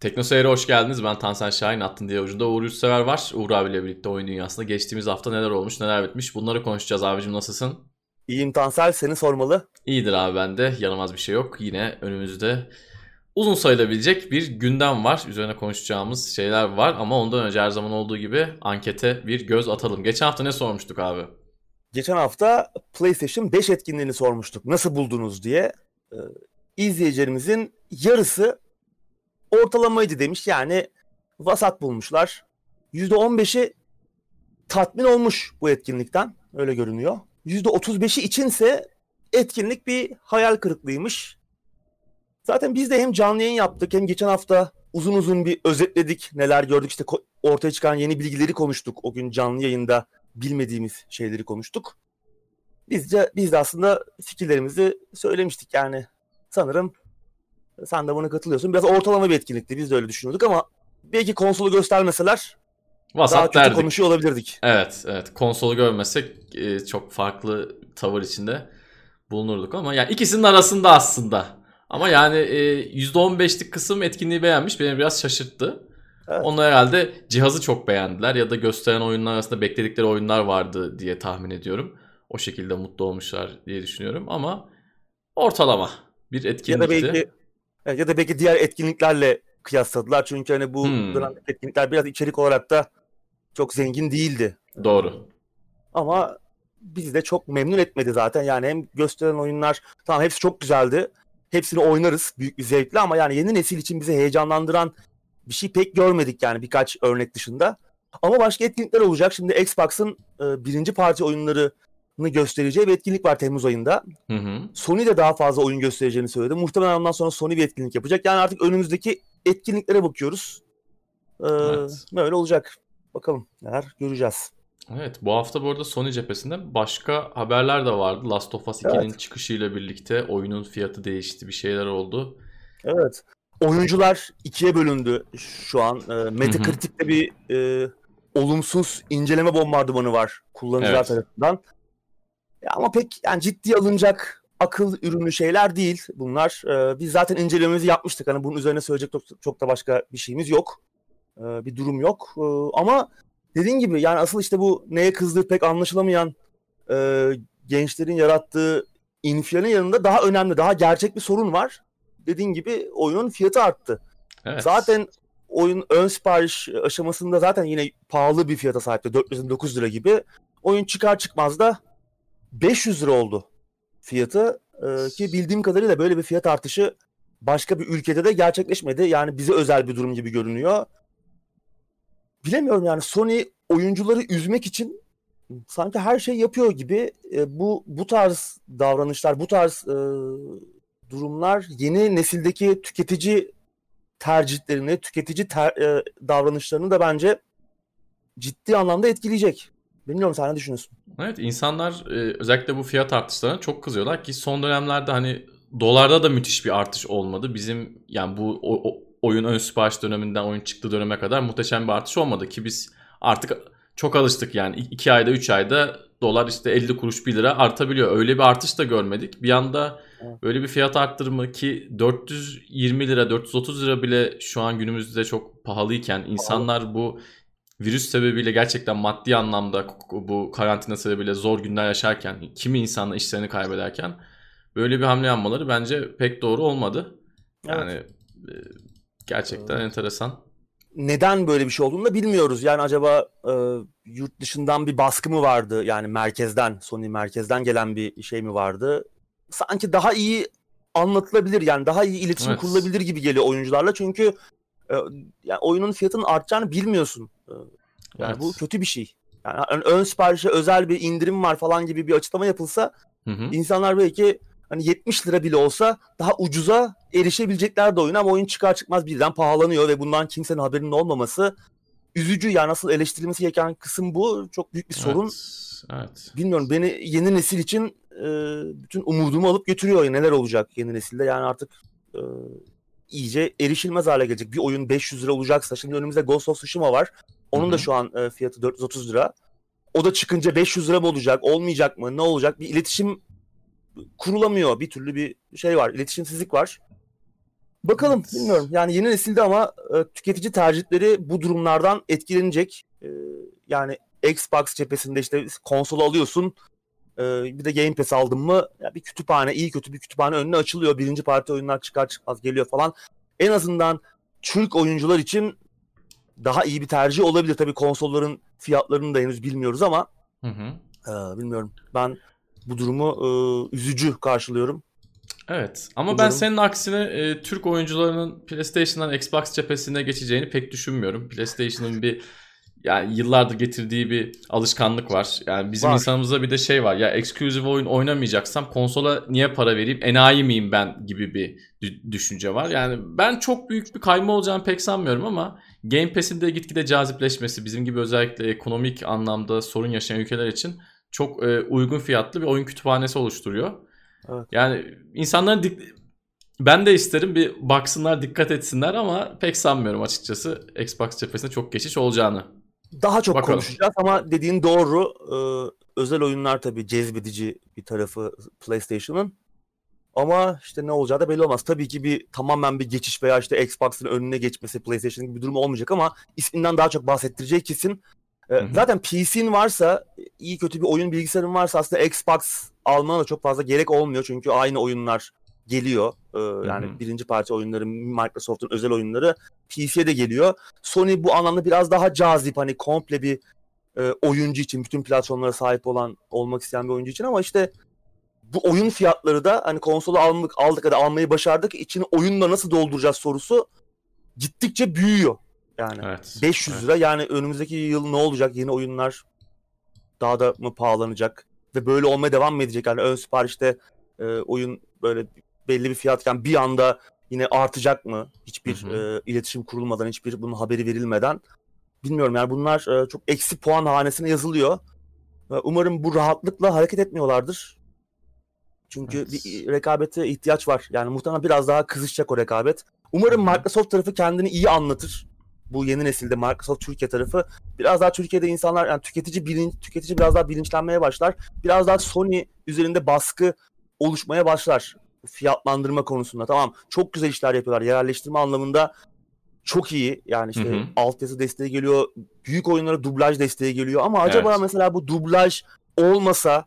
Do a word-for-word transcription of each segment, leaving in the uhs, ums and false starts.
Tekno Seyir'e hoş geldiniz. Ben Tansel Şahin. Attın diye ucunda Uğur Yurtsever var. Uğur abiyle birlikte oyun dünyasında geçtiğimiz hafta neler olmuş, neler bitmiş bunları konuşacağız. Abicim nasılsın? İyiyim Tansel, seni sormalı. İyidir abi, ben de. Yanılmaz bir şey yok. Yine önümüzde uzun sayılabilecek bir gündem var. Üzerine konuşacağımız şeyler var ama ondan önce her zaman olduğu gibi ankete bir göz atalım. Geçen hafta ne sormuştuk abi? Geçen hafta PlayStation beş etkinliğini sormuştuk. Nasıl buldunuz diye. Ee, izleyicilerimizin yarısı ortalamaydı demiş. Yani vasat bulmuşlar. yüzde on beşi tatmin olmuş bu etkinlikten. Öyle görünüyor. yüzde otuz beşi içinse etkinlik bir hayal kırıklığıymış. Zaten biz de hem canlı yayın yaptık hem geçen hafta uzun uzun bir özetledik. Neler gördük, işte ortaya çıkan yeni bilgileri konuştuk. O gün canlı yayında bilmediğimiz şeyleri konuştuk. Biz de, biz de aslında fikirlerimizi söylemiştik yani. Sanırım sen de buna katılıyorsun. Biraz ortalama bir etkinlikti. Biz de öyle düşünüyorduk ama belki konsolu göstermeseler daha Vasat kötü derdik. konuşuyor olabilirdik. Evet, evet. Konsolu görmesek e, çok farklı tavır içinde bulunurduk ama yani ikisinin arasında aslında. Ama yani e, yüzde on beşlik kısım etkinliği beğenmiş. Beni biraz şaşırttı. Evet. Onlar herhalde cihazı çok beğendiler ya da gösteren oyunlar arasında bekledikleri oyunlar vardı diye tahmin ediyorum. O şekilde mutlu olmuşlar diye düşünüyorum ama ortalama bir Ya da etkinlikti. belki ya da belki diğer etkinliklerle kıyasladılar. Çünkü hani bu Hmm, dönemdeki etkinlikler biraz içerik olarak da çok zengin değildi. doğru. Ama bizi de çok memnun etmedi zaten. Yani hem gösteren oyunlar, tamam hepsi çok güzeldi. Hepsini oynarız büyük bir zevkle ama yani yeni nesil için bizi heyecanlandıran bir şey pek görmedik yani birkaç örnek dışında. Ama başka etkinlikler olacak. Şimdi Xbox'ın e, birinci parti oyunlarını göstereceği bir etkinlik var Temmuz ayında. Hı hı. Sony de daha fazla oyun göstereceğini söyledi. Muhtemelen ondan sonra Sony bir etkinlik yapacak. Yani artık önümüzdeki etkinliklere bakıyoruz. Ee, Evet. böyle olacak. Bakalım neler göreceğiz. Evet, bu hafta bu arada Sony cephesinde başka haberler de vardı. Last of Us ikinin Evet. çıkışıyla birlikte oyunun fiyatı değişti, bir şeyler oldu. Evet. Oyuncular ikiye bölündü şu an. E, Hı hı. Metacritic'te bir e, olumsuz inceleme bombardımanı var kullanıcılar Evet. tarafından. Ya ama pek yani ciddiye alınacak akıl ürünü şeyler değil bunlar. E, biz zaten incelememizi yapmıştık. Hani bunun üzerine söyleyecek çok, çok da başka bir şeyimiz yok. E, bir durum yok. E, ama dediğin gibi yani asıl işte bu neye kızdığı pek anlaşılamayan e, gençlerin yarattığı infialin yanında daha önemli, daha gerçek bir sorun var. Dediğin gibi oyunun fiyatı arttı. Evet. Zaten oyun ön sipariş aşamasında zaten yine pahalı bir fiyata sahipti. dört yüz dokuz lira gibi. Oyun çıkar çıkmaz da beş yüz lira oldu fiyatı. Ee, ki bildiğim kadarıyla böyle bir fiyat artışı başka bir ülkede de gerçekleşmedi. Yani bize özel bir durum gibi görünüyor. Bilemiyorum yani Sony oyuncuları üzmek için sanki her şey yapıyor gibi. E, bu bu tarz davranışlar, bu tarz e, durumlar yeni nesildeki tüketici tercihlerini, tüketici ter, e, davranışlarını da bence ciddi anlamda etkileyecek. Bilmiyorum sen ne düşünüyorsun? Evet, insanlar e, özellikle bu fiyat artışlarına çok kızıyorlar ki son dönemlerde hani dolarda da müthiş bir artış olmadı. Bizim yani bu o- o- oyun ön sipariş döneminden oyun çıktığı döneme kadar muhteşem bir artış olmadı ki biz artık çok alıştık yani iki ayda üç ayda dolar işte elli kuruş bir lira artabiliyor. Öyle bir artış da görmedik. Bir anda Evet. böyle bir fiyat arttırımı ki dört yüz yirmi lira dört yüz otuz lira bile şu an günümüzde çok pahalıyken Pahalı. insanlar bu virüs sebebiyle gerçekten maddi anlamda bu karantina sebebiyle zor günler yaşarken, kimi insanla işlerini kaybederken böyle bir hamle yapmaları bence pek doğru olmadı. Yani Evet. e, gerçekten Ee, enteresan. neden böyle bir şey olduğunu da bilmiyoruz. Yani acaba e, yurt dışından bir baskı mı vardı? Yani merkezden, Sony merkezden gelen bir şey mi vardı? Sanki daha iyi anlatılabilir yani daha iyi iletişim Evet. kurulabilir gibi geliyor oyuncularla. Çünkü e, yani oyunun fiyatının artacağını bilmiyorsun. E, yani bu Evet. kötü bir şey. Yani ön, ön siparişe özel bir indirim var falan gibi bir açıklama yapılsa Hı hı. insanlar belki hani yetmiş lira bile olsa daha ucuza erişebilecekler de oyuna ama oyun çıkar çıkmaz birden pahalanıyor ve bundan kimsenin haberinin olmaması üzücü. Yani nasıl eleştirilmesi gereken kısım bu. Çok büyük bir sorun. Evet. Evet. Bilmiyorum beni yeni nesil için e, bütün umudumu alıp götürüyor. Neler olacak yeni nesilde yani artık e, iyice erişilmez hale gelecek. Bir oyun beş yüz lira olacaksa şimdi önümüzde Ghost of Tsushima var. Hı Onun da hı. şu an e, fiyatı dört yüz otuz lira. O da çıkınca beş yüz lira mı olacak, olmayacak mı, ne olacak? Bir iletişim kurulamıyor. Bir türlü bir şey var, iletişimsizlik var. Bakalım, Evet. bilmiyorum. Yani yeni nesilde ama e, tüketici tercihleri bu durumlardan etkilenecek. E, yani Xbox cephesinde işte konsolu alıyorsun. e, bir de Game Pass aldın mı ya bir kütüphane, iyi kötü bir kütüphane önüne açılıyor. Birinci parti oyunlar çıkar çıkmaz geliyor falan. En azından Türk oyuncular için daha iyi bir tercih olabilir. Tabii konsolların fiyatlarını da henüz bilmiyoruz ama Hı hı. e, bilmiyorum. Ben bu durumu e, üzücü karşılıyorum. Evet ama ben Umarım. senin aksine e, Türk oyuncularının PlayStation'dan Xbox cephesine geçeceğini pek düşünmüyorum. PlayStation'ın bir yani yıllardır getirdiği bir alışkanlık var. Yani bizim Var. insanımızda bir de şey var. Ya exclusive oyun oynamayacaksam konsola niye para vereyim? Enayi miyim ben gibi bir dü- düşünce var. Yani ben çok büyük bir kayma olacağını pek sanmıyorum ama Game Pass'in de gitgide cazipleşmesi bizim gibi özellikle ekonomik anlamda sorun yaşayan ülkeler için çok e, uygun fiyatlı bir oyun kütüphanesi oluşturuyor. Evet. Yani insanların dik- ben de isterim bir baksınlar, dikkat etsinler ama pek sanmıyorum açıkçası Xbox cephesinde çok geçiş olacağını. Daha çok Bakalım. konuşacağız ama dediğin doğru. Ee, özel oyunlar tabii cezbedici bir tarafı PlayStation'ın. Ama işte ne olacağı da belli olmaz. Tabii ki bir tamamen bir geçiş veya işte Xbox'ın önüne geçmesi PlayStation gibi bir durum olmayacak ama isminden daha çok bahsettireceği kesin. Hı Ee, hı. zaten P C'in varsa, iyi kötü bir oyun bilgisayarın varsa aslında Xbox almana da çok fazla gerek olmuyor. Çünkü aynı oyunlar geliyor. Ee, Hı yani hı. birinci parti oyunları, Microsoft'un özel oyunları P C'ye de geliyor. Sony bu anlamda biraz daha cazip, hani komple bir e, oyuncu için, bütün platformlara sahip olan, olmak isteyen bir oyuncu için ama işte bu oyun fiyatları da hani konsolu aldık, aldık hadi almayı başardık. İçini oyunla nasıl dolduracağız sorusu gittikçe büyüyor. Yani Evet. beş yüz lira, Evet. yani önümüzdeki yıl ne olacak? Yeni oyunlar daha da mı pahalanacak? Ve böyle olmaya devam mı edecek? Yani ön siparişte e, oyun böyle belli bir fiyatken bir anda yine artacak mı? Hı Hiçbir hı. e, iletişim kurulmadan, hiçbir bunun haberi verilmeden. Bilmiyorum yani, bunlar e, çok eksi puan hanesine yazılıyor. Ve umarım bu rahatlıkla hareket etmiyorlardır. Çünkü Evet. bir rekabete ihtiyaç var. Yani muhtemelen biraz daha kızışacak o rekabet. Hı Umarım hı. Microsoft tarafı kendini iyi anlatır. Bu yeni nesilde Microsoft Türkiye tarafı. Biraz daha Türkiye'de insanlar, yani tüketici bilinç, tüketici biraz daha bilinçlenmeye başlar. Biraz daha Sony üzerinde baskı oluşmaya başlar. Fiyatlandırma konusunda. Tamam, çok güzel işler yapıyorlar. Yerelleştirme anlamında çok iyi. Yani Hı işte hı. altyazı desteği geliyor. Büyük oyunlara dublaj desteği geliyor. Ama acaba Evet. mesela bu dublaj olmasa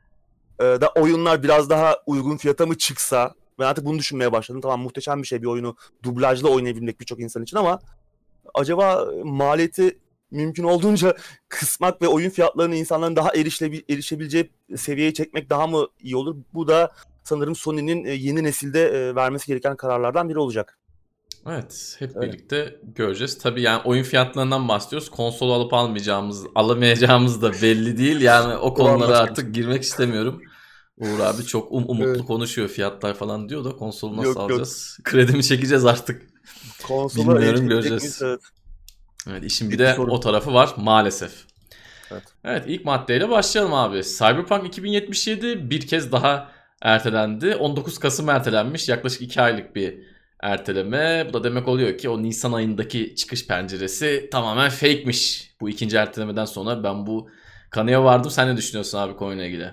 e, da oyunlar biraz daha uygun fiyata mı çıksa, ben artık bunu düşünmeye başladım. Tamam, muhteşem bir şey bir oyunu dublajla oynayabilmek birçok insan için ama acaba maliyeti mümkün olduğunca kısmak ve oyun fiyatlarını insanların daha erişilebil- erişebileceği seviyeye çekmek daha mı iyi olur? Bu da sanırım Sony'nin yeni nesilde vermesi gereken kararlardan biri olacak. Evet. Hep Öyle. birlikte göreceğiz. Tabii yani oyun fiyatlarından bahsediyoruz. Konsolu alıp almayacağımız, alamayacağımız da belli değil. Yani o O konulara bambaşka bir şey. artık girmek istemiyorum. Uğur abi çok um- umutlu Evet. konuşuyor fiyatlar falan diyor da konsolu nasıl Yok yok. alacağız? Kredi çekeceğiz artık? Konsola Bilmiyorum, erişebilecek miyiz? göreceğiz. Evet. Evet, işin bir Büyük bir de sorun. o tarafı var maalesef. Evet. Evet, ilk maddeyle başlayalım abi. Cyberpunk iki bin yetmiş yedi bir kez daha ertelendi. on dokuz Kasım ertelenmiş. Yaklaşık iki aylık bir erteleme. Bu da demek oluyor ki o Nisan ayındaki çıkış penceresi tamamen fake'miş. Bu ikinci ertelemeden sonra ben bu kanıya vardım. Sen ne düşünüyorsun abi konuyla ilgili?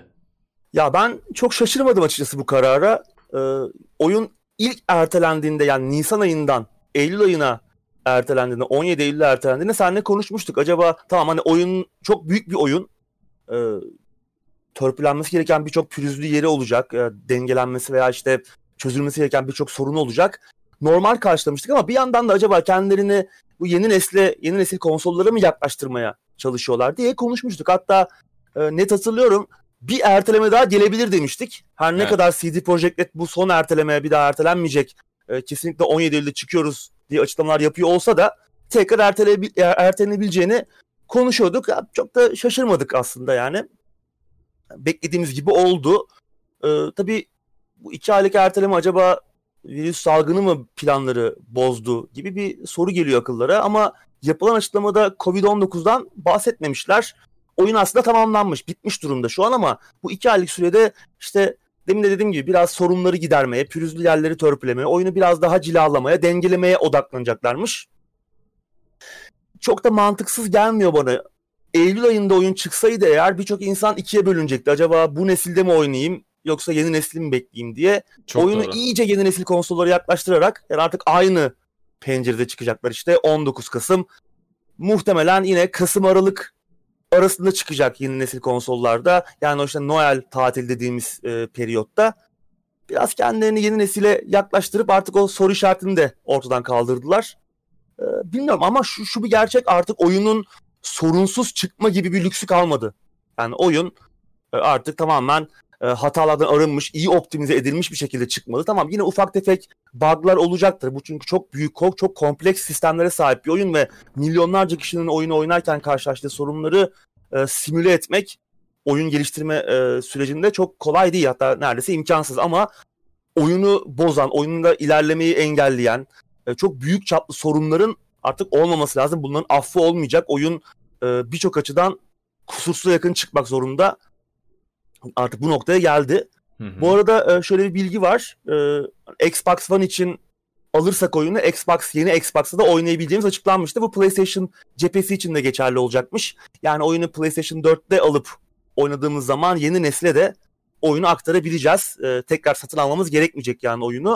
Ya ben çok şaşırmadım açıkçası bu karara. Ee, oyun ilk ertelendiğinde, yani Nisan ayından Eylül ayına ertelendiğinde, on yedi Eylül'e ertelendiğinde seninle konuşmuştuk. Acaba tamam, hani oyun çok büyük bir oyun. Ee, törpülenmesi gereken birçok pürüzlü yeri olacak. Ee, dengelenmesi veya işte çözülmesi gereken birçok sorun olacak. Normal karşılamıştık ama bir yandan da acaba kendilerini bu yeni nesle, yeni nesil konsollara mı yaklaştırmaya çalışıyorlar diye konuşmuştuk. Hatta e, net hatırlıyorum, bir erteleme daha gelebilir demiştik. Her ne kadar Evet. C D Projekt Red bu son ertelemeye bir daha ertelenmeyecek, e, kesinlikle on yedi Eylül'de çıkıyoruz diye açıklamalar yapıyor olsa da tekrar ertelenebil- ertelenebileceğini konuşuyorduk. Çok da şaşırmadık aslında yani. Beklediğimiz gibi oldu. Ee, tabii bu iki aylık erteleme acaba virüs salgını mı planları bozdu gibi bir soru geliyor akıllara ama yapılan açıklamada covid on dokuzdan bahsetmemişler. Oyun aslında tamamlanmış, bitmiş durumda şu an ama bu iki aylık sürede işte demin de dediğim gibi biraz sorunları gidermeye, pürüzlü yerleri törpülemeye, oyunu biraz daha cilalamaya, dengelemeye odaklanacaklarmış. Çok da mantıksız gelmiyor bana. Eylül ayında oyun çıksaydı eğer birçok insan ikiye bölünecekti. Acaba bu nesilde mi oynayayım? yoksa yeni nesli mi bekleyeyim diye Çok oyunu doğru. iyice yeni nesil konsollara yaklaştırarak yani artık aynı pencerede çıkacaklar işte on dokuz Kasım. Muhtemelen yine Kasım Aralık arasında çıkacak yeni nesil konsollarda. Yani o işte Noel tatil dediğimiz e, periyotta. Biraz kendilerini yeni nesile yaklaştırıp artık o soru işaretini de ortadan kaldırdılar. E, bilmiyorum ama şu, şu bir gerçek, artık oyunun sorunsuz çıkma gibi bir lüksü kalmadı. Yani oyun e, artık tamamen e, hatalardan arınmış, iyi optimize edilmiş bir şekilde çıkmalı. Tamam, yine ufak tefek bug'lar olacaktır. Bu çünkü çok büyük, çok, çok kompleks sistemlere sahip bir oyun ve milyonlarca kişinin oyunu oynarken karşılaştığı sorunları e, simüle etmek oyun geliştirme e, sürecinde çok kolay değil, hatta neredeyse imkansız. Ama oyunu bozan, oyunda ilerlemeyi engelleyen e, çok büyük çaplı sorunların artık olmaması lazım. Bunların affı olmayacak. Oyun e, birçok açıdan kusursuza yakın çıkmak zorunda. Artık bu noktaya geldi. Hı hı. Bu arada e, şöyle bir bilgi var. E, Xbox One için alırsak oyunu Xbox, yeni Xbox'ta da oynayabileceğimiz açıklanmıştı. Bu PlayStation cephesi için de geçerli olacakmış. Yani oyunu PlayStation dörtte alıp oynadığımız zaman yeni nesle de oyunu aktarabileceğiz. E, tekrar satın almamız gerekmeyecek yani oyunu.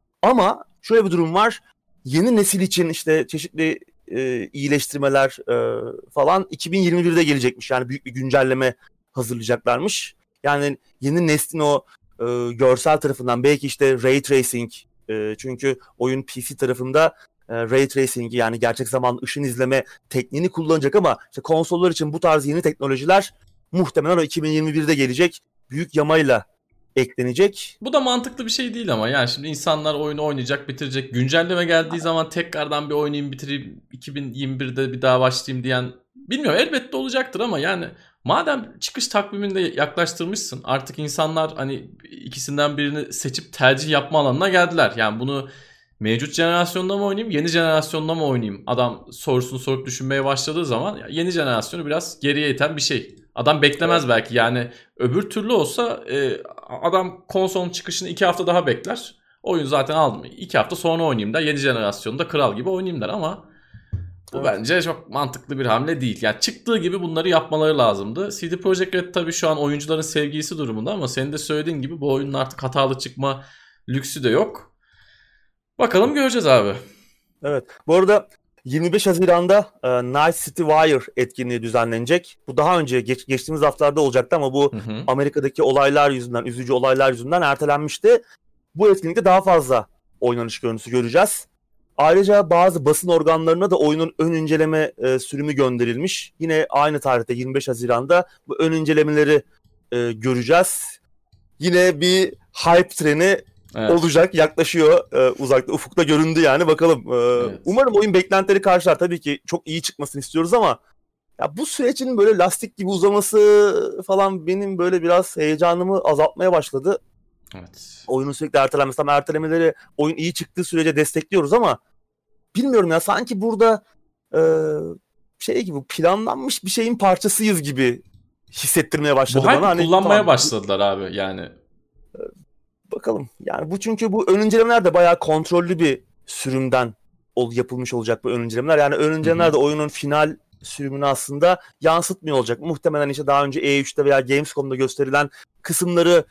Ama şöyle bir durum var. Yeni nesil için işte çeşitli e, iyileştirmeler e, falan iki bin yirmi birde gelecekmiş. Yani büyük bir güncelleme hazırlayacaklarmış. Yani yeni neslin o e, görsel tarafından belki işte Ray Tracing, e, çünkü oyun P C tarafında e, Ray Tracing yani gerçek zaman ışın izleme tekniğini kullanacak ama işte konsollar için bu tarz yeni teknolojiler muhtemelen o iki bin yirmi birde gelecek. Büyük yamayla eklenecek. Bu da mantıklı bir şey değil ama yani şimdi insanlar oyunu oynayacak, bitirecek. Güncelleme geldiği zaman tekrardan bir oynayayım, bitireyim, iki bin yirmi birde bir daha başlayayım diyen, bilmiyorum, elbette olacaktır ama yani madem çıkış takviminde yaklaştırmışsın, artık insanlar hani ikisinden birini seçip tercih yapma alanına geldiler. Yani bunu mevcut jenerasyonda mı oynayayım, yeni jenerasyonda mı oynayayım? Adam sorusunu sorup düşünmeye başladığı zaman yeni jenerasyonu biraz geriye iten bir şey. Adam beklemez belki, yani öbür türlü olsa e, adam konsolun çıkışını iki hafta daha bekler. Oyun zaten aldım, iki hafta sonra oynayayım der, yeni jenerasyonda kral gibi oynayayım der ama bu evet, bence çok mantıklı bir hamle değil. Yani çıktığı gibi bunları yapmaları lazımdı. C D Projekt Red tabii şu an oyuncuların sevgilisi durumunda ama senin de söylediğin gibi bu oyunun artık hatalı çıkma lüksü de yok. Bakalım, göreceğiz abi. Evet. Bu arada yirmi beş Haziran'da e, Night City Wire etkinliği düzenlenecek. Bu daha önce geç, geçtiğimiz haftalarda olacaktı ama bu hı hı. Amerika'daki olaylar yüzünden, üzücü olaylar yüzünden ertelenmişti. Bu etkinlikte daha fazla oynanış görüntüsü göreceğiz. Ayrıca bazı basın organlarına da oyunun ön inceleme e, sürümü gönderilmiş. Yine aynı tarihte yirmi beş Haziran'da bu ön incelemeleri e, göreceğiz. Yine bir hype treni evet, olacak, yaklaşıyor, e, uzakta, ufukta göründü yani, bakalım. E, evet. Umarım oyun beklentileri karşılar. Tabii ki çok iyi çıkmasını istiyoruz ama ya bu sürecin böyle lastik gibi uzaması falan benim böyle biraz heyecanımı azaltmaya başladı. Evet. Oyunun sürekli ertelenmesi, tam ertelemeleri oyun iyi çıktığı sürece destekliyoruz ama bilmiyorum ya, sanki burada e, şey gibi, planlanmış bir şeyin parçasıyız gibi hissettirmeye başladı bu bana. Bu hani kullanmaya tamam, başladılar abi yani. E, bakalım yani bu, çünkü bu ön incelemeler de bayağı kontrollü bir sürümden yapılmış olacak bu ön incelemeler. Yani ön incelemeler de oyunun final sürümünü aslında yansıtmıyor olacak. Muhtemelen işte daha önce E üçte veya Gamescom'da gösterilen kısımları,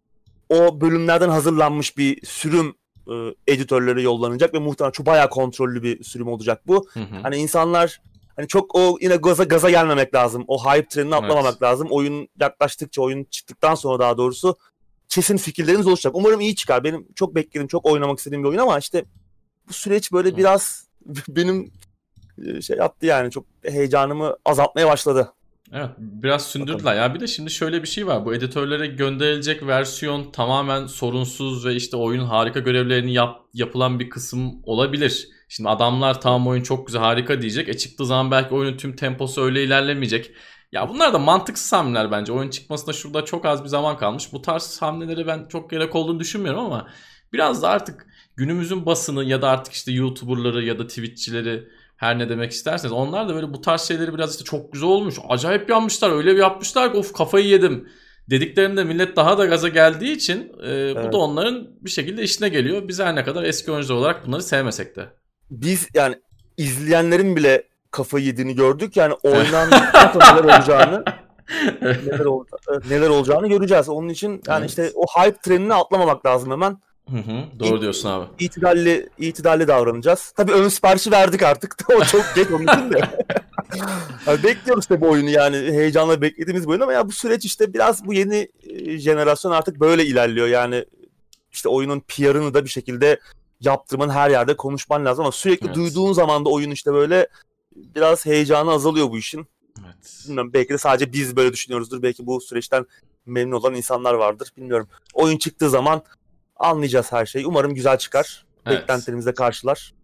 o bölümlerden hazırlanmış bir sürüm e, editörlere yollanacak ve muhtemelen çok bayağı kontrollü bir sürüm olacak bu. Hı hı. Hani insanlar hani çok o yine gaza gaza gelmemek lazım. O hype trenini atlamamak evet, lazım. Oyun yaklaştıkça, oyun çıktıktan sonra daha doğrusu kesin fikirleriniz oluşacak. Umarım iyi çıkar. Benim çok beklediğim, çok oynamak istediğim bir oyun ama işte bu süreç böyle hı, biraz benim şey yaptı yani, çok heyecanımı azaltmaya başladı. Evet, biraz sündürdüler. Ya bir de şimdi şöyle bir şey var. Bu editörlere gönderilecek versiyon tamamen sorunsuz ve işte oyunun harika görevlerini yap, yapılan bir kısım olabilir. Şimdi adamlar tamam oyun çok güzel, harika diyecek. E çıktığı zaman belki oyunun tüm temposu öyle ilerlemeyecek. Ya bunlar da mantıksız hamleler bence. Oyun çıkmasına şurada çok az bir zaman kalmış. Bu tarz hamleleri ben çok gerek olduğunu düşünmüyorum ama biraz da artık günümüzün basını ya da artık işte YouTuber'ları ya da Twitch'çileri, her ne demek isterseniz, onlar da böyle bu tarz şeyleri biraz işte çok güzel olmuş, acayip yapmışlar, öyle bir yapmışlar ki of kafayı yedim dediklerinde millet daha da gaza geldiği için e, evet, bu da onların bir şekilde işine geliyor. Biz her ne kadar eski oyuncular olarak bunları sevmesek de. Biz yani izleyenlerin bile kafayı yediğini gördük. Yani oynanan neler olacağını neler, ol, neler olacağını göreceğiz. Onun için yani evet. işte o hype trenini atlamamak lazım hemen. Hı hı, doğru diyorsun abi. İtidalli, itidalli davranacağız. Tabii ön siparişi verdik artık. O çok geç onun için de. Yani bekliyoruz işte bu oyunu yani. Heyecanla beklediğimiz bu oyun ama ya bu süreç işte biraz bu yeni jenerasyon artık böyle ilerliyor. Yani işte oyunun P R'ını da bir şekilde yaptırman, her yerde konuşman lazım ama sürekli evet. duyduğun zaman da oyun işte böyle biraz heyecanı azalıyor bu işin. Evet. Bilmiyorum, belki de sadece biz böyle düşünüyoruzdur. Belki bu süreçten memnun olan insanlar vardır. Bilmiyorum. Oyun çıktığı zaman anlayacağız her şeyi. Umarım güzel çıkar. Evet. Beklentilerimizi karşılar.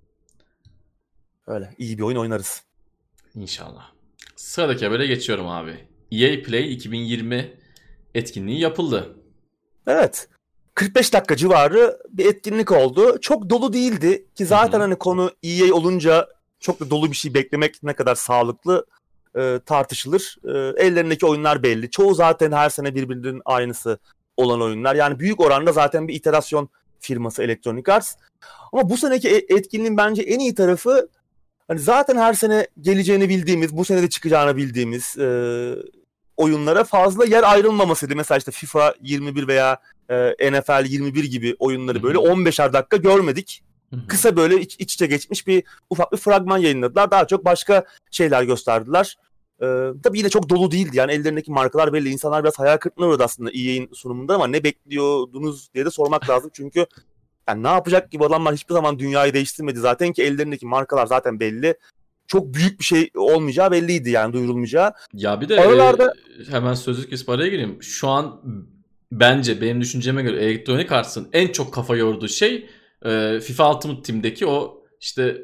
Öyle iyi bir oyun oynarız. İnşallah. Sıradaki habere geçiyorum abi. E A Play iki bin yirmi etkinliği yapıldı. Evet. kırk beş dakika civarı bir etkinlik oldu. Çok dolu değildi ki zaten Hı-hı. hani konu E A olunca çok da dolu bir şey beklemek ne kadar sağlıklı e, tartışılır. E, ellerindeki oyunlar belli. Çoğu zaten her sene birbirinin aynısı olan oyunlar. Yani büyük oranda zaten bir iterasyon firması Electronic Arts. Ama bu seneki etkinliğin bence en iyi tarafı hani zaten her sene geleceğini bildiğimiz, bu sene de çıkacağını bildiğimiz e, oyunlara fazla yer ayrılmamasıydı. Mesela işte FIFA yirmi bir veya e, N F L yirmi bir gibi oyunları böyle on beşer dakika görmedik. Hı-hı. Kısa böyle iç, iç içe geçmiş bir ufak bir fragman yayınladılar. Daha çok başka şeyler gösterdiler. Ee, tabii yine çok dolu değildi. Yani ellerindeki markalar belli. İnsanlar biraz hayal kırıklığına uğradı aslında E A'nin sunumunda ama ne bekliyordunuz diye de sormak lazım. Çünkü yani ne yapacak gibi adamlar hiçbir zaman dünyayı değiştirmedi zaten ki ellerindeki markalar zaten belli. Çok büyük bir şey olmayacağı belliydi yani duyurulmayacağı. Ya bir de Aralarda... e, hemen sözlük kesip araya gireyim. Şu an bence benim düşünceme göre Electronic Arts'ın en çok kafa yorduğu şey e, FIFA Ultimate Team'deki o işte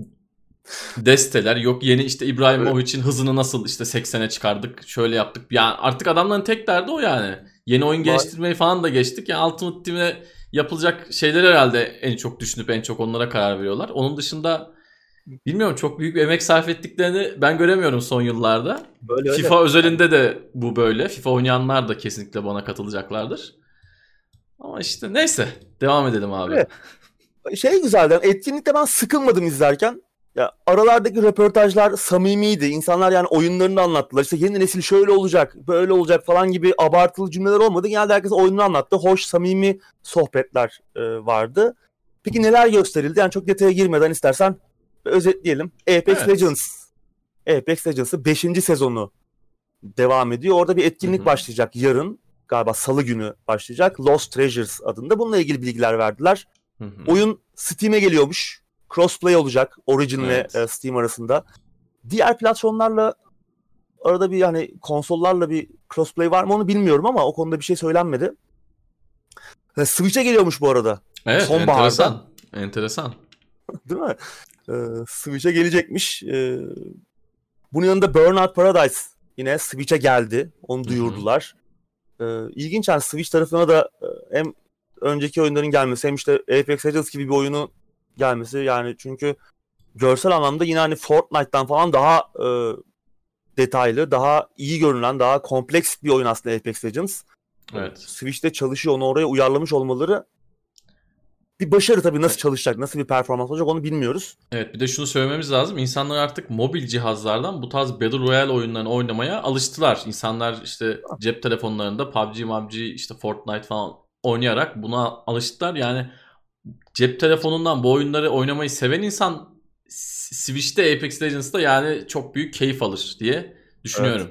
desteler, yok yeni işte İbrahimovic'in evet. hızını nasıl işte seksene çıkardık, şöyle yaptık. Yani artık adamların tek derdi o yani. Yeni oyun geliştirmeyi falan da geçtik. Yani Ultimate Team'e yapılacak şeyler herhalde en çok düşünüp en çok onlara karar veriyorlar. Onun dışında bilmiyorum, çok büyük bir emek sarf ettiklerini ben göremiyorum son yıllarda. Böyle FIFA öyle. Özelinde de bu böyle. FIFA oynayanlar da kesinlikle bana katılacaklardır. Ama işte neyse, devam edelim abi. Evet. Şey güzeldi. Etkinlikte ben sıkılmadım izlerken. Ya aralardaki röportajlar samimiydi. İnsanlar yani oyunlarını anlattılar. İşte yeni nesil şöyle olacak, böyle olacak falan gibi abartılı cümleler olmadı. Genelde herkes oyununu anlattı. Hoş, samimi sohbetler e, vardı. Peki neler gösterildi? Yani çok detaya girmeden istersen özetleyelim. Apex evet. Legends. Apex Legends'ın beşinci sezonu devam ediyor. Orada bir etkinlik Hı-hı. başlayacak yarın. Galiba salı günü başlayacak. Lost Treasures adında. Bununla ilgili bilgiler verdiler. Hı-hı. Oyun Steam'e geliyormuş. Crossplay olacak Origin evet. ve Steam arasında. Diğer platformlarla arada bir yani konsollarla bir crossplay var mı onu bilmiyorum ama o konuda bir şey söylenmedi. Switch'e geliyormuş bu arada. Evet, sonbaharda. Enteresan. Enteresan. Değil mi? Ee, Switch'e gelecekmiş. Ee, bunun yanında Burnout Paradise yine Switch'e geldi. Onu duyurdular. Ee, ilginç yani Switch tarafına da hem önceki oyunların gelmesi hem işte Apex Legends gibi bir oyunu gelmesi yani çünkü görsel anlamda yine hani Fortnite'tan falan daha e, detaylı, daha iyi görünen, daha kompleks bir oyun aslında Apex Legends. Evet. Switch'te çalışıyor, onu oraya uyarlamış olmaları bir başarı tabii. Nasıl çalışacak, nasıl bir performans olacak onu bilmiyoruz. Evet, bir de şunu söylememiz lazım. İnsanlar artık mobil cihazlardan bu tarz Battle Royale oyunlarını oynamaya alıştılar. İnsanlar işte cep telefonlarında P U B G, M U B G, işte Fortnite falan oynayarak buna alıştılar. Yani cep telefonundan bu oyunları oynamayı seven insan Switch'te Apex Legends'da yani çok büyük keyif alır diye düşünüyorum.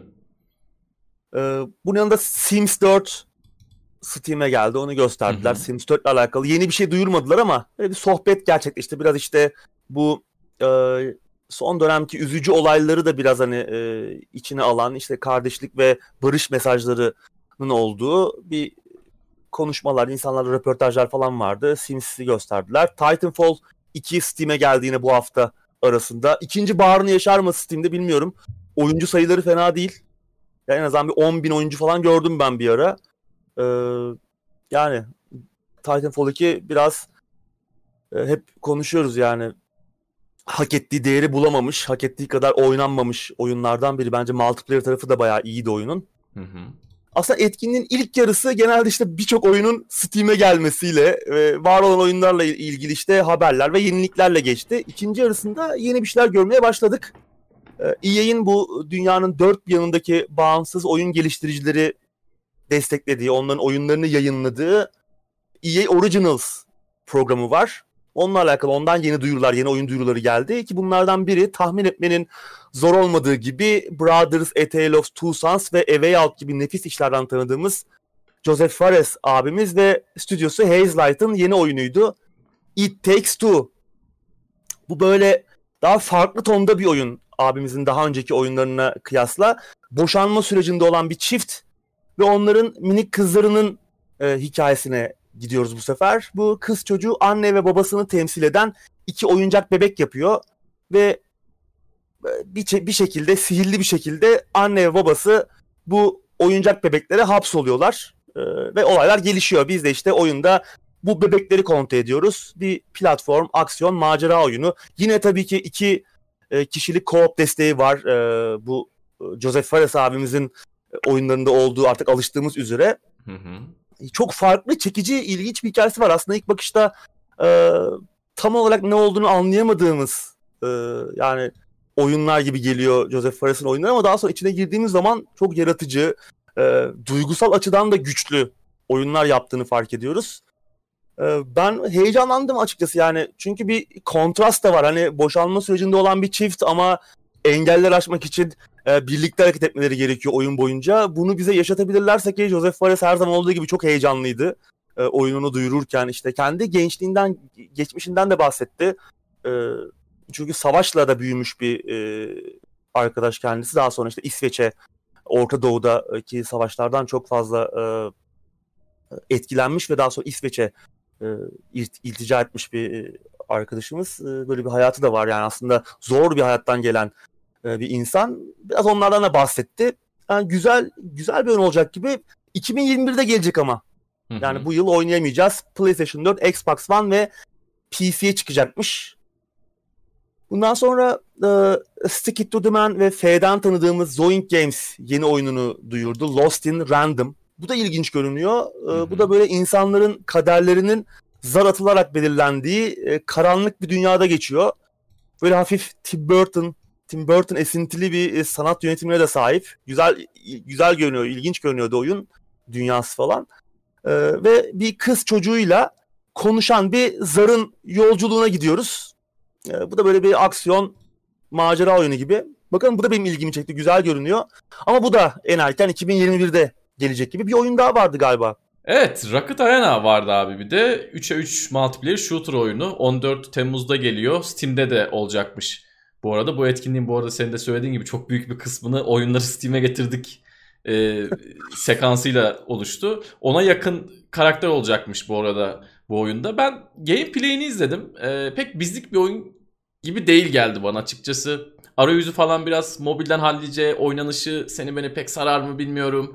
Evet. Ee, bunun yanında Sims dört Steam'e geldi. Onu gösterdiler. Hı hı. Sims dört ile alakalı yeni bir şey duyurmadılar ama böyle bir sohbet gerçekleşti. Biraz işte bu e, son dönemki üzücü olayları da biraz hani e, içine alan işte kardeşlik ve barış mesajlarının olduğu bir konuşmalar, insanlarla röportajlar falan vardı. Sims'i gösterdiler. Titanfall iki Steam'e geldi yine bu hafta arasında. İkinci baharını yaşar mı Steam'de bilmiyorum. Oyuncu sayıları fena değil. Yani en azından bir on bin oyuncu falan gördüm ben bir ara. Ee, yani Titanfall iki biraz e, hep konuşuyoruz yani hak ettiği değeri bulamamış, hak ettiği kadar oynanmamış oyunlardan biri. Bence multiplayer tarafı da bayağı iyiydi oyunun. Hı hı. Aslında etkinliğin ilk yarısı genelde işte birçok oyunun Steam'e gelmesiyle ve var olan oyunlarla ilgili işte haberler ve yeniliklerle geçti. İkinci yarısında yeni bir şeyler görmeye başladık. E A'in bu dünyanın dört bir yanındaki bağımsız oyun geliştiricileri desteklediği, onların oyunlarını yayınladığı E A Originals programı var. Onunla alakalı ondan yeni duyurular, yeni oyun duyuruları geldi ki bunlardan biri tahmin etmenin zor olmadığı gibi Brothers: A Tale of Two Sons ve A Way Out gibi nefis işlerden tanıdığımız Joseph Fares abimiz ve stüdyosu Hazelight'ın yeni oyunuydu. It Takes Two. Bu böyle daha farklı tonda bir oyun abimizin daha önceki oyunlarına kıyasla. Boşanma sürecinde olan bir çift ve onların minik kızlarının e, hikayesine gidiyoruz bu sefer. Bu kız çocuğu anne ve babasını temsil eden iki oyuncak bebek yapıyor ve bir, bir şekilde, sihirli bir şekilde anne ve babası bu oyuncak bebeklere hapsoluyorlar ee, ve olaylar gelişiyor. Biz de işte oyunda bu bebekleri kontrol ediyoruz. Bir platform, aksiyon, macera oyunu. Yine tabii ki iki e, kişilik co-op desteği var. Ee, bu Joseph Fares abimizin oyunlarında olduğu artık alıştığımız üzere. Hı hı. Çok farklı, çekici, ilginç bir hikayesi var. Aslında ilk bakışta e, tam olarak ne olduğunu anlayamadığımız e, yani oyunlar gibi geliyor Joseph Fares'in oyunları ama daha sonra içine girdiğimiz zaman çok yaratıcı, e, duygusal açıdan da güçlü oyunlar yaptığını fark ediyoruz. E, ben heyecanlandım açıkçası yani çünkü bir kontrast da var. Hani boşanma sürecinde olan bir çift ama engeller aşmak için e, birlikte hareket etmeleri gerekiyor oyun boyunca. Bunu bize yaşatabilirlerse ki Joseph Fares her zaman olduğu gibi çok heyecanlıydı. E, oyununu duyururken işte kendi gençliğinden, geçmişinden de bahsetti. E, çünkü savaşla da büyümüş bir e, arkadaş kendisi. Daha sonra işte İsveç'e, Orta Doğu'daki savaşlardan çok fazla e, etkilenmiş ve daha sonra İsveç'e e, iltica etmiş bir arkadaşımız. E, böyle bir hayatı da var yani aslında zor bir hayattan gelen bir insan. Biraz onlardan da bahsetti. Yani güzel güzel bir oyun olacak gibi. iki bin yirmi birde gelecek ama. Hı hı. Yani bu yıl oynayamayacağız. PlayStation dört, Xbox One ve P C'ye çıkacakmış. Bundan sonra e, Stick It To The Man ve F'den tanıdığımız Zoink Games yeni oyununu duyurdu. Lost in Random. Bu da ilginç görünüyor. E, hı hı. Bu da böyle insanların kaderlerinin zar atılarak belirlendiği e, karanlık bir dünyada geçiyor. Böyle hafif Tim Burton Tim Burton esintili bir sanat yönetimine de sahip. Güzel güzel görünüyor, ilginç görünüyordu oyun dünyası falan. Ee, ve bir kız çocuğuyla konuşan bir zarın yolculuğuna gidiyoruz. Ee, bu da böyle bir aksiyon, macera oyunu gibi. Bakın bu da benim ilgimi çekti, güzel görünüyor. Ama bu da en erken iki bin yirmi birde gelecek gibi bir oyun daha vardı galiba. Evet, Rocket Arena vardı abi bir de. üçe üç multiplayer shooter oyunu. on dört Temmuz'da geliyor. Steam'de de olacakmış. Bu arada bu etkinliğin bu arada senin de söylediğin gibi çok büyük bir kısmını oyunları Steam'e getirdik e, sekansıyla oluştu. Ona yakın karakter olacakmış bu arada bu oyunda. Ben gameplay'ini izledim. E, pek bizlik bir oyun gibi değil geldi bana açıkçası. Arayüzü falan biraz mobilden hallice, oynanışı seni beni pek sarar mı bilmiyorum.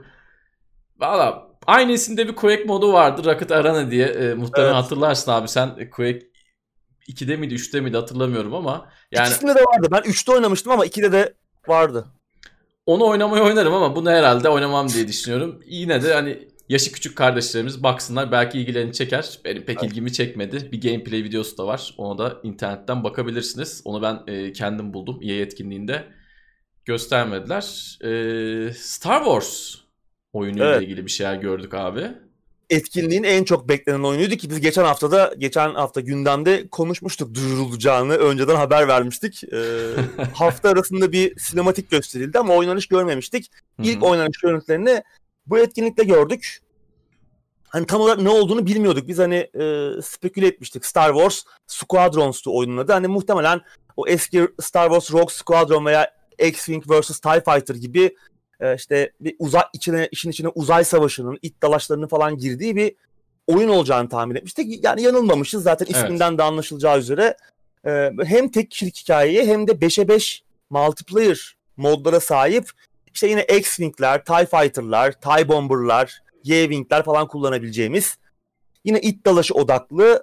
Valla aynı isimde bir Quake modu vardı, Rocket Arena diye. E, muhtemelen evet. Hatırlarsın abi sen Quake ikide miydi üçte miydi hatırlamıyorum ama. Yani, İkisinde de vardı. Ben üçte oynamıştım ama ikide de vardı. Onu oynamayı oynarım ama bunu herhalde oynamam diye düşünüyorum. Yine de hani yaşı küçük kardeşlerimiz baksınlar, belki ilgilerini çeker. Benim pek evet. ilgimi çekmedi. Bir gameplay videosu da var. Ona da internetten bakabilirsiniz. Onu ben e, kendim buldum. E A etkinliğinde göstermediler. E, Star Wars oyunuyla evet. ilgili bir şeyler gördük abi. Etkinliğin en çok beklenen oyunuydu ki biz geçen haftada, geçen hafta gündemde konuşmuştuk duyurulacağını. Önceden haber vermiştik. Ee, hafta arasında bir sinematik gösterildi ama oynanış görmemiştik. İlk oynanış görüntülerini bu etkinlikte gördük. Hani tam olarak ne olduğunu bilmiyorduk. Biz hani e, speküle etmiştik. Star Wars Squadrons'tu oyunun adı. Hani muhtemelen o eski Star Wars Rogue Squadron veya X-Wing versus. TIE Fighter gibi işte bir uzay içine işin içine uzay savaşının, it dalaşlarının falan girdiği bir oyun olacağını tahmin etmiştik. Yani yanılmamışız zaten isminden evet. de anlaşılacağı üzere. Hem tek kişilik hikayeye hem de beşe beş multiplayer modlara sahip. İşte yine X-Wing'ler, TIE Fighter'lar, TIE Bomber'lar, Y-Wing'ler falan kullanabileceğimiz. Yine it dalaşı odaklı.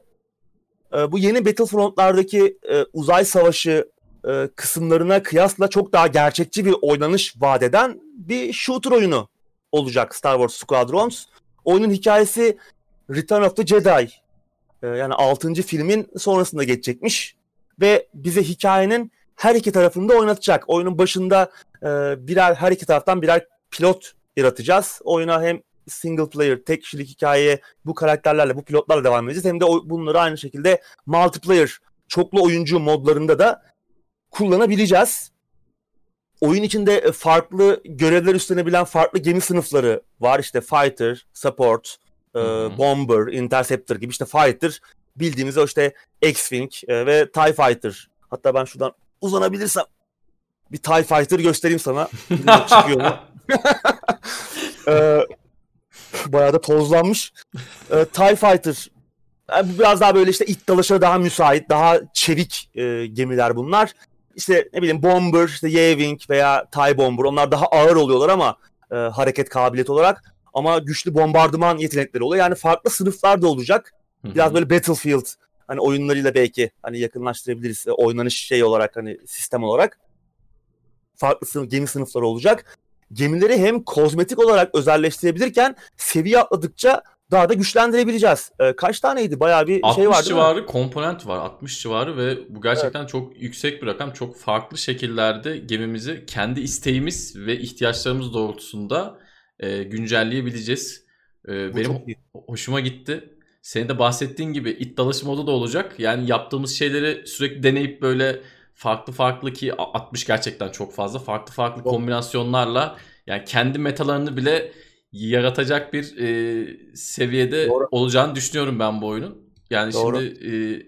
Bu yeni Battlefront'lardaki uzay savaşı kısımlarına kıyasla çok daha gerçekçi bir oynanış vaat eden bir shooter oyunu olacak Star Wars Squadrons. Oyunun hikayesi Return of the Jedi. Yani altıncı filmin sonrasında geçecekmiş. Ve bize hikayenin her iki tarafında oynatacak. Oyunun başında e, birer her iki taraftan birer pilot yaratacağız. Oyuna hem single player, tek kişilik hikaye bu karakterlerle, bu pilotlarla devam edeceğiz. Hem de o, bunları aynı şekilde multiplayer, çoklu oyuncu modlarında da kullanabileceğiz. Oyun içinde farklı görevler üstlenebilen farklı gemi sınıfları var. İşte Fighter, Support, e, Bomber, Interceptor gibi. İşte Fighter bildiğimiz o işte X-Wing e, ve TIE Fighter. Hatta ben şuradan uzanabilirsem bir TIE Fighter göstereyim sana. Çıkıyor mu? e, bayağı da tozlanmış. E, TIE Fighter yani biraz daha böyle işte it dalaşa daha müsait, daha çevik e, gemiler bunlar. İşte ne bileyim Bomber, işte Y-Wing veya TIE Bomber onlar daha ağır oluyorlar ama e, hareket kabiliyeti olarak. Ama güçlü bombardıman yetenekleri oluyor. Yani farklı sınıflar da olacak. Biraz böyle Battlefield hani oyunlarıyla belki hani yakınlaştırabiliriz. Oynanış şey olarak hani sistem olarak. Farklı sınıf, gemi sınıfları olacak. Gemileri hem kozmetik olarak özelleştirebilirken seviye atladıkça daha da güçlendirebileceğiz. Ee, kaç taneydi? Bayağı bir şey var altmış civarı komponent var. altmış civarı ve bu gerçekten evet. Çok yüksek bir rakam. Çok farklı şekillerde gemimizi kendi isteğimiz ve ihtiyaçlarımız doğrultusunda e, güncelleyebileceğiz. E, benim hoşuma gitti. Senin de bahsettiğin gibi it dalış modu da olacak. Yani yaptığımız şeyleri sürekli deneyip böyle farklı farklı ki altmış gerçekten çok fazla. Farklı farklı kombinasyonlarla yani kendi metalarını bile yaratacak bir e, seviyede Doğru. olacağını düşünüyorum ben bu oyunun. Yani Doğru. şimdi e,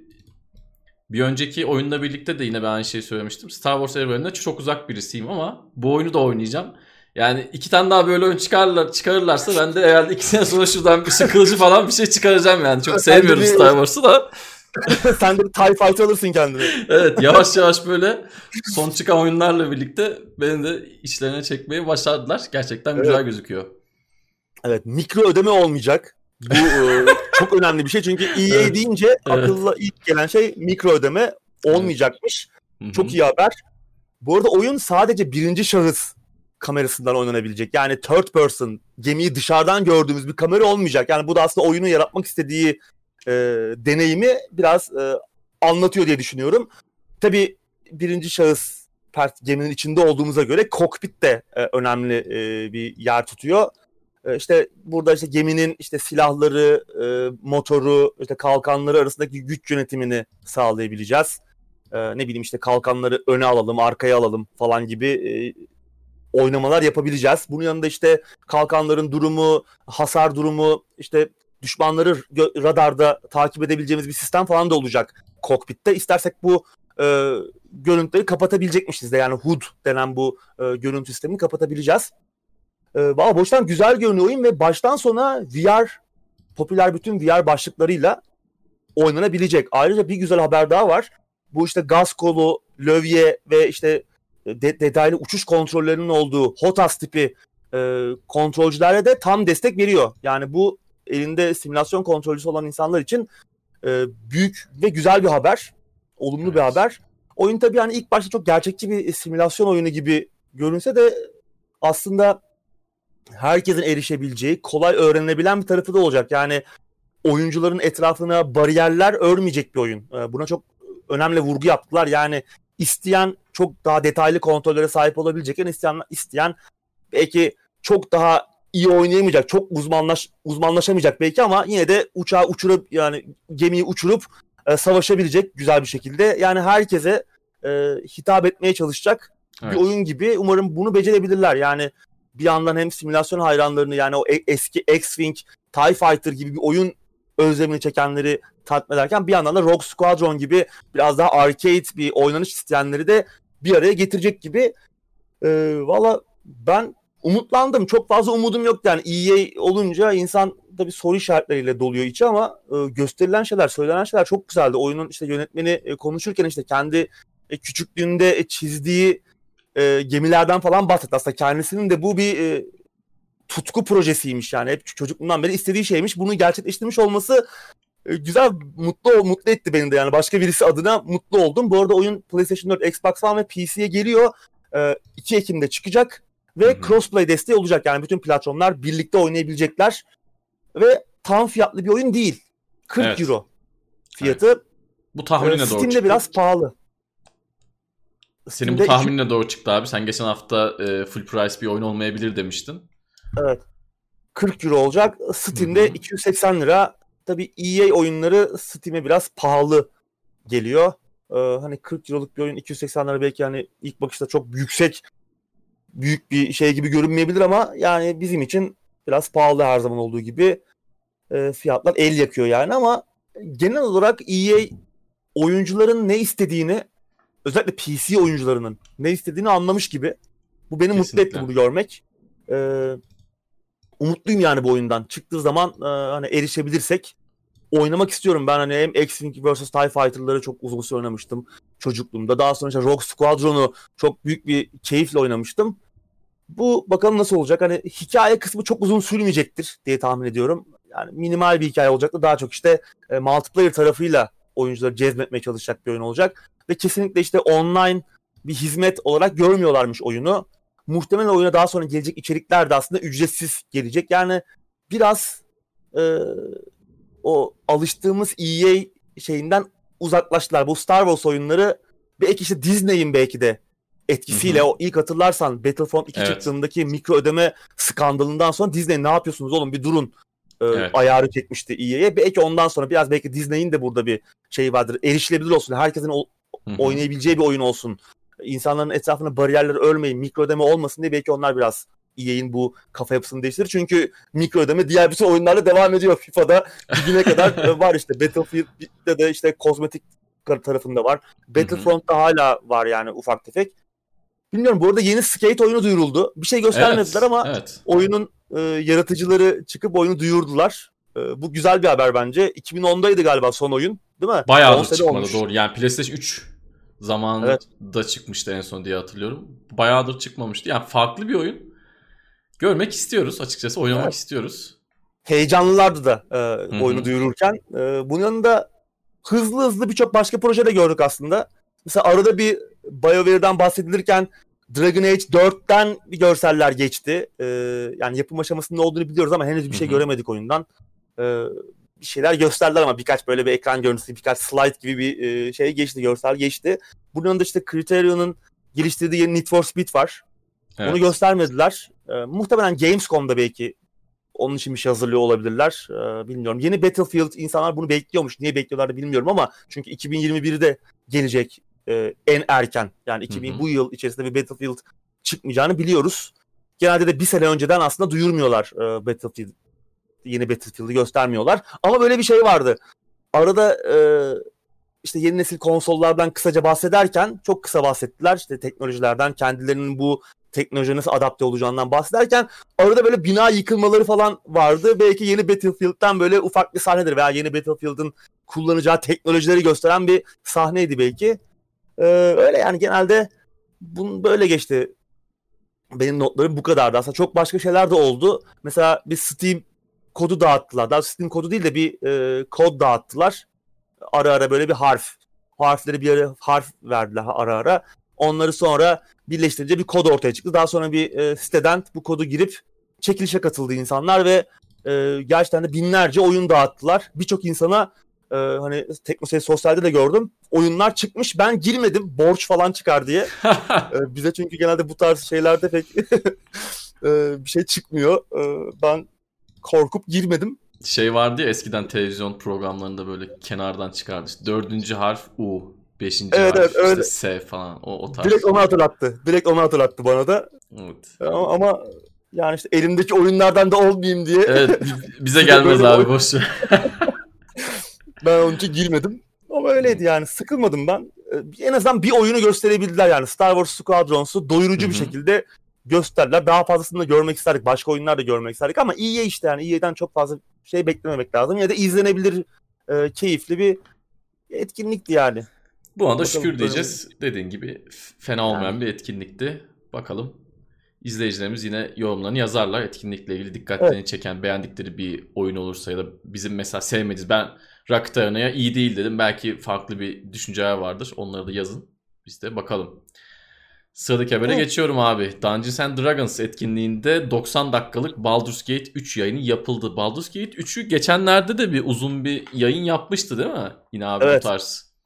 bir önceki oyunla birlikte de yine ben aynı şeyi söylemiştim. Star Wars evrenine çok uzak birisiyim ama bu oyunu da oynayacağım. Yani iki tane daha böyle oyun çıkarırlar, çıkarırlarsa ben de herhalde iki sene sonra şuradan bir sıkılıcı falan bir şey çıkaracağım yani. Çok sevmiyorum bir... Star Wars'u da. Sen de bir TIE Fighter alırsın kendine. Evet, yavaş yavaş böyle son çıkan oyunlarla birlikte beni de içlerine çekmeyi başardılar. Gerçekten güzel evet. gözüküyor. Evet, mikro ödeme olmayacak. Bu e, çok önemli bir şey çünkü E A evet. deyince evet. akılla ilk gelen şey mikro ödeme olmayacakmış. Evet. Çok iyi haber. Bu arada oyun sadece birinci şahıs kamerasından oynanabilecek. Yani third person, gemiyi dışarıdan gördüğümüz bir kamera olmayacak. Yani bu da aslında oyunu yaratmak istediği e, deneyimi biraz e, anlatıyor diye düşünüyorum. Tabii birinci şahıs geminin içinde olduğumuza göre kokpit de e, önemli e, bir yer tutuyor. E, işte burada işte geminin işte silahları, e, motoru, işte kalkanları arasındaki güç yönetimini sağlayabileceğiz. E, ne bileyim işte kalkanları öne alalım, arkaya alalım falan gibi e, oynamalar yapabileceğiz. Bunun yanında işte kalkanların durumu, hasar durumu, işte düşmanları gö- radarda takip edebileceğimiz bir sistem falan da olacak kokpitte. İstersek bu e, görüntüleri kapatabilecekmişiz de yani H U D denen bu e, görüntü sistemini kapatabileceğiz. E, Valla baştan güzel görünüyor oyun ve baştan sona V R, popüler bütün V R başlıklarıyla oynanabilecek. Ayrıca bir güzel haber daha var. Bu işte gaz kolu, lövye ve işte de- detaylı uçuş kontrollerinin olduğu H O T A S tipi e, kontrolcülere de tam destek veriyor. Yani bu elinde simülasyon kontrolcüsü olan insanlar için e, büyük ve güzel bir haber. Olumlu evet. bir haber. Oyun tabii yani ilk başta çok gerçekçi bir simülasyon oyunu gibi görünse de aslında herkesin erişebileceği, kolay öğrenilebilen bir tarafı da olacak. Yani oyuncuların etrafına bariyerler örmeyecek bir oyun. E, buna çok önemli vurgu yaptılar. Yani isteyen çok daha detaylı kontrollere sahip olabilecekken isteyen, isteyen belki çok daha iyi oynayamayacak, çok uzmanlaş uzmanlaşamayacak belki ama yine de uçağı uçurup yani gemiyi uçurup e, savaşabilecek güzel bir şekilde. Yani herkese e, hitap etmeye çalışacak evet. bir oyun gibi. Umarım bunu becerebilirler. Yani bir yandan hem simülasyon hayranlarını yani o eski X-Wing, TIE Fighter gibi bir oyun özlemini çekenleri tatmin ederken bir yandan da Rogue Squadron gibi biraz daha arcade bir oynanış isteyenleri de bir araya getirecek gibi. Ee, Valla ben umutlandım. Çok fazla umudum yoktu yani. E A olunca insan da bir soru işaretleriyle doluyor içi ama e, gösterilen şeyler, söylenen şeyler çok güzeldi. Oyunun işte yönetmeni e, konuşurken işte kendi e, küçüklüğünde e, çizdiği e, gemilerden falan bahsetti. Aslında kendisinin de bu bir e, tutku projesiymiş yani. Hep çocukluğundan beri istediği şeymiş. Bunu gerçekleştirmiş olması e, güzel, mutlu mutlu etti beni de yani. Başka birisi adına mutlu oldum. Bu arada oyun PlayStation dört, Xbox One ve P C'ye geliyor. E, iki Ekim'de çıkacak. Ve Hı-hı. crossplay desteği olacak. Yani bütün platformlar birlikte oynayabilecekler. Ve tam fiyatlı bir oyun değil. kırk evet. euro fiyatı. Evet. Bu tahminine e, doğru Steam'de çıktı. biraz pahalı. Senin bu Steam'de tahminin de doğru çıktı abi. Sen geçen hafta e, full price bir oyun olmayabilir demiştin. Evet. kırk euro olacak. Steam'de Hı hı. iki yüz seksen lira. Tabii E A oyunları Steam'e biraz pahalı geliyor. Ee, hani kırk euroluk bir oyun iki yüz seksen lira belki hani ilk bakışta çok yüksek büyük bir şey gibi görünmeyebilir ama yani bizim için biraz pahalı her zaman olduğu gibi e, fiyatlar el yakıyor yani ama genel olarak E A oyuncuların ne istediğini özellikle P C oyuncularının ne istediğini anlamış gibi. Bu beni mutlu etti Kesinlikle. bunu görmek. Ee, umutluyum yani bu oyundan. Çıktığı zaman e, hani erişebilirsek oynamak istiyorum. Ben hani hem X-Wing versus. TIE Fighter'ları çok uzun süre oynamıştım çocukluğumda. Daha sonra işte Rogue Squadron'u çok büyük bir keyifle oynamıştım. Bu bakalım nasıl olacak? Hani hikaye kısmı çok uzun sürmeyecektir diye tahmin ediyorum. Yani minimal bir hikaye olacak da daha çok işte e, multiplayer tarafıyla oyuncuları cezbetmeye çalışacak bir oyun olacak. Ve kesinlikle işte online bir hizmet olarak görmüyorlarmış oyunu. Muhtemelen oyuna daha sonra gelecek içerikler de aslında ücretsiz gelecek. Yani biraz e, o alıştığımız E A şeyinden uzaklaştılar. Bu Star Wars oyunları belki işte Disney'in belki de etkisiyle Hı hı. o ilk hatırlarsan Battlefront iki Evet. çıktığındaki mikro ödeme skandalından sonra Disney ne yapıyorsunuz oğlum bir durun e, Evet. ayarı çekmişti E A'ye. Belki ondan sonra biraz belki Disney'in de burada bir şey vardır. Erişilebilir olsun. Herkesin o, Hı hı. oynayabileceği bir oyun olsun. İnsanların etrafında bariyerler örmeyin, mikro ödeme olmasın diye belki onlar biraz E A'in bu kafa yapısını değiştirir. Çünkü mikro ödeme diğer bütün oyunlarla devam ediyor. FIFA'da bir güne kadar var işte. Battlefield'de de işte kozmetik tarafında var. Battlefront'ta hala var yani ufak tefek. Bilmiyorum bu arada yeni Skate oyunu duyuruldu. Bir şey göstermediler Evet. ama Evet. oyunun e, yaratıcıları çıkıp oyunu duyurdular. E, bu güzel bir haber bence. iki bin ondaydı galiba son oyun, değil mi? on Bayağıdır sene çıkmadı olmuş. doğru. Yani PlayStation üç Evet. zamanında çıkmıştı en son diye hatırlıyorum. Bayağıdır çıkmamıştı. Yani farklı bir oyun. Görmek istiyoruz açıkçası. Oynamak Evet. istiyoruz. Heyecanlılardı da e, Hı oyunu hı. duyururken. E, bunun yanında hızlı hızlı birçok başka proje de gördük aslında. Mesela arada bir BioWare'den bahsedilirken Dragon Age dörtten bir görseller geçti. Ee, yani yapım aşamasında ne olduğunu biliyoruz ama henüz bir Hı şey hı. göremedik oyundan. Ee, bir şeyler gösterdiler ama birkaç böyle bir ekran görüntüsü, birkaç slide gibi bir e, şey geçti, görsel geçti. Bunun yanında işte Criterion'un geliştirdiği yeni Need for Speed var. Onu Evet. göstermediler. Ee, muhtemelen Gamescom'da belki onun için bir şey hazırlıyor olabilirler. Ee, bilmiyorum. Yeni Battlefield, insanlar bunu bekliyormuş. Niye bekliyorlar da bilmiyorum ama çünkü iki bin yirmi birde gelecek e, en erken. Yani Hı iki bin hı. bu yıl içerisinde bir Battlefield çıkmayacağını biliyoruz. Genelde de bir sene önceden aslında duyurmuyorlar e, Battlefield. Yeni Battlefield'ı göstermiyorlar. Ama böyle bir şey vardı. Arada e, işte yeni nesil konsollardan kısaca bahsederken çok kısa bahsettiler. İşte teknolojilerden, kendilerinin bu teknolojiye nasıl adapte olacağından bahsederken arada böyle bina yıkılmaları falan vardı. Belki yeni Battlefield'den böyle ufak bir sahnedir veya yeni Battlefield'ın kullanacağı teknolojileri gösteren bir sahneydi belki. Ee, öyle yani genelde bunun böyle geçti. Benim notlarım bu kadardı. Aslında çok başka şeyler de oldu. Mesela bir Steam kodu dağıttılar. Daha Steam kodu değil de bir e, kod dağıttılar. Ara ara böyle bir harf. Harfleri bir ara harf verdiler ara ara. Onları sonra birleştirince bir kod ortaya çıktı. Daha sonra bir e, siteden bu kodu girip çekilişe katıldı insanlar ve e, gerçekten de binlerce oyun dağıttılar. Birçok insana e, hani Teknoseyir Sosyal'de de gördüm. Oyunlar çıkmış. Ben girmedim. Borç falan çıkar diye. E, bize çünkü genelde bu tarz şeylerde pek e, bir şey çıkmıyor. E, ben korkup girmedim. Şey vardı ya eskiden televizyon programlarında böyle kenardan çıkardı. İşte dördüncü harf U, beşinci Evet evet harf işte öyle. S falan o, o Direkt tarz. onu hatırlattı. Direkt onu hatırlattı bana da. Evet. Ama, ama yani işte elimdeki oyunlardan da olmayayım diye Evet bize size gelmez böyle bir abi oyun boş ver. ben onun için girmedim. Ama öyleydi yani sıkılmadım ben. Ee, En azından bir oyunu gösterebildiler yani. Star Wars Squadrons'u Hı doyurucu bir hı. şekilde gösterdiler. Daha fazlasını da görmek isterdik. Başka oyunlar da görmek isterdik ama E A işte yani E A'den çok fazla şey beklememek lazım. Ya da izlenebilir, e, keyifli bir etkinlikti yani. Bu anda Bakalım şükür önümüz. diyeceğiz. Dediğin gibi fena Yani olmayan bir etkinlikti. Bakalım izleyicilerimiz yine yorumlarını yazarlar. Etkinlikle ilgili evet. dikkatlerini çeken, beğendikleri bir oyun olursa ya da bizim mesela sevmediğimiz, ben Rocket Arena'ya iyi değil dedim. Belki farklı bir düşünceler vardır. Onları da yazın. Biz de bakalım. Sıradaki habere Evet. geçiyorum abi. Dungeons and Dragons etkinliğinde doksan dakikalık Baldur's Gate üç yayını yapıldı. Baldur's Gate üçü geçenlerde de bir uzun bir yayın yapmıştı değil mi? Yine abi bu Evet. tarz.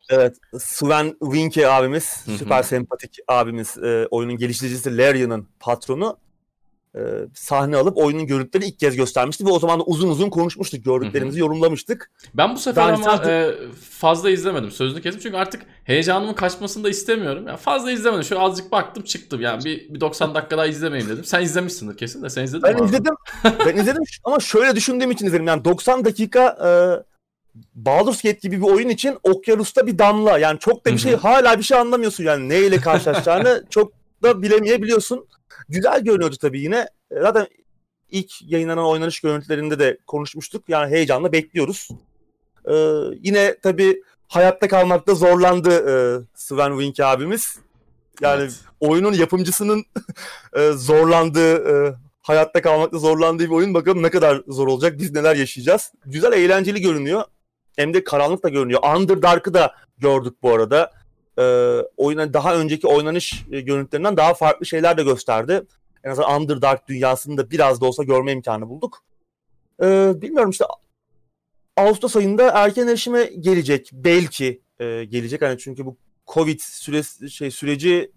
Evet, Sven Winke abimiz, Hı hı. süper sempatik abimiz, e, oyunun geliştiricisi Larian'ın patronu e, sahne alıp oyunun görüntülerini ilk kez göstermişti ve o zaman da uzun uzun konuşmuştuk, gördüklerimizi yorumlamıştık. Ben bu sefer Daha ama önceden e, fazla izlemedim. Sözünü kestim çünkü artık heyecanımın kaçmasını da istemiyorum. Yani fazla izlemedim. Şöyle azıcık baktım çıktım. Yani bir, bir doksan dakika daha izlemeyeyim dedim. Sen izlemişsindir kesin de. Sen izledin mi ben abi? izledim. Ben izledim ama şöyle düşündüğüm için izledim. Yani doksan dakika e, Baldur's Gate gibi bir oyun için okyanusta bir damla. Yani çok da bir şey, Hı hı. hala bir şey anlamıyorsun yani neyle karşılaşacağını çok da bilemeyebiliyorsun. Güzel görünüyordu tabii yine. E, Zaten ilk yayınlanan oynanış görüntülerinde de konuşmuştuk. Yani heyecanla bekliyoruz. Ee, yine tabii hayatta kalmakta zorlandı e, Sven Winke abimiz. Yani Evet. oyunun yapımcısının e, zorlandığı, e, hayatta kalmakta zorlandığı bir oyun. Bakalım ne kadar zor olacak, biz neler yaşayacağız. Güzel, eğlenceli görünüyor. Hem de karanlık da görünüyor. Underdark'ı da gördük bu arada. Ee, oyuna daha önceki oynanış e, görüntülerinden daha farklı şeyler de gösterdi. En azından Underdark dünyasını da biraz da olsa görme imkanı bulduk. Ee, bilmiyorum işte Ağustos ayında erken erişime gelecek. Belki e, gelecek. Hani çünkü bu Covid süresi, şey süreci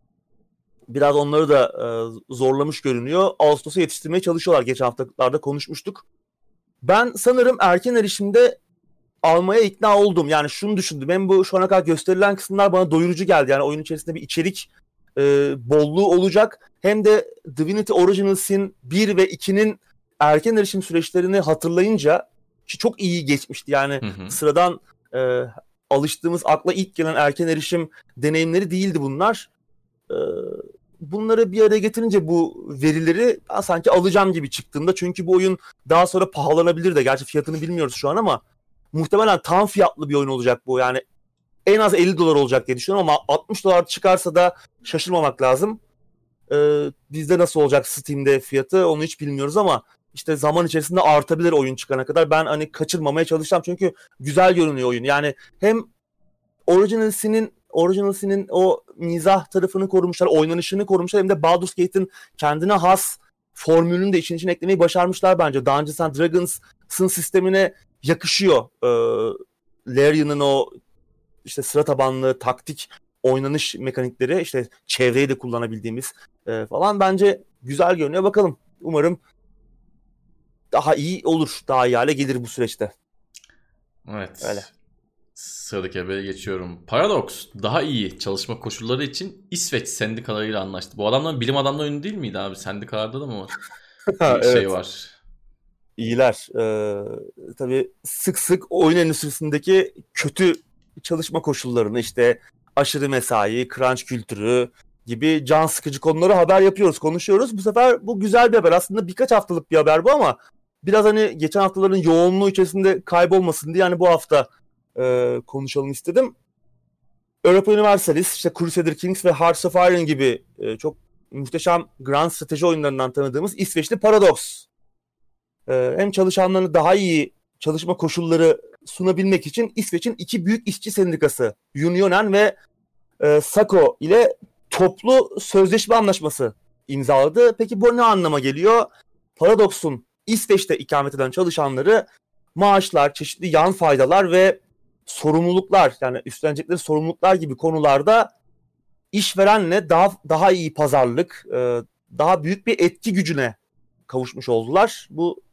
biraz onları da e, zorlamış görünüyor. Ağustos'a yetiştirmeye çalışıyorlar. Geçen haftalarda konuşmuştuk. Ben sanırım erken erişimde almaya ikna oldum. Yani şunu düşündüm. Hem bu şu ana kadar gösterilen kısımlar bana doyurucu geldi. Yani oyun içerisinde bir içerik e, bolluğu olacak. Hem de Divinity Original Sin bir ve ikinin erken erişim süreçlerini hatırlayınca, ki çok iyi geçmişti. Yani Hı hı. sıradan e, alıştığımız, akla ilk gelen erken erişim deneyimleri değildi bunlar. E, bunları bir araya getirince bu verileri ben sanki alacağım gibi çıktığında, çünkü bu oyun daha sonra pahalanabilir de. Gerçi fiyatını bilmiyoruz şu an ama muhtemelen tam fiyatlı bir oyun olacak bu. Yani en az elli dolar olacak diye düşünüyorum ama altmış dolar çıkarsa da şaşırmamak lazım. Ee, bizde nasıl olacak Steam'de fiyatı onu hiç bilmiyoruz ama işte zaman içerisinde artabilir oyun çıkana kadar. Ben hani kaçırmamaya çalışacağım çünkü güzel görünüyor oyun. Yani hem Original Sin'in Original Sin'in o mizah tarafını korumuşlar, oynanışını korumuşlar, hem de Baldur's Gate'in kendine has formülünü de işin içine eklemeyi başarmışlar bence. Dungeons and Dragons'ın sistemine yakışıyor. Ee, Larian'ın o işte sıra tabanlı taktik oynanış mekanikleri, işte çevreyi de kullanabildiğimiz e, falan bence güzel görünüyor. Bakalım, umarım daha iyi olur, daha iyi hale gelir bu süreçte. Evet. Öyle. Sıradaki habere geçiyorum. Paradox daha iyi çalışma koşulları için İsveç sendikalarıyla anlaştı. Bu adamların bilim adamları oyunu değil miydi abi? Sendikalarda da mı bir şey Evet. var? İyiler. Ee, tabii sık sık oyun endüstrisindeki kötü çalışma koşullarını, işte aşırı mesai, crunch kültürü gibi can sıkıcı konuları haber yapıyoruz, konuşuyoruz. Bu sefer bu güzel bir haber. Aslında birkaç haftalık bir haber bu ama biraz hani geçen haftaların yoğunluğu içerisinde kaybolmasın diye yani bu hafta e, konuşalım istedim. Europa Universalis, işte Crusader Kings ve Hearts of Iron gibi e, çok muhteşem grand strateji oyunlarından tanıdığımız İsveçli Paradox. Ee, hem çalışanlarına daha iyi çalışma koşulları sunabilmek için İsveç'in iki büyük işçi sendikası Unionen ve e, Sako ile toplu sözleşme anlaşması imzaladı. Peki bu ne anlama geliyor? Paradox'un İsveç'te ikamet eden çalışanları maaşlar, çeşitli yan faydalar ve sorumluluklar, yani üstlenecekleri sorumluluklar gibi konularda işverenle daha daha iyi pazarlık, e, daha büyük bir etki gücüne kavuşmuş oldular. Bu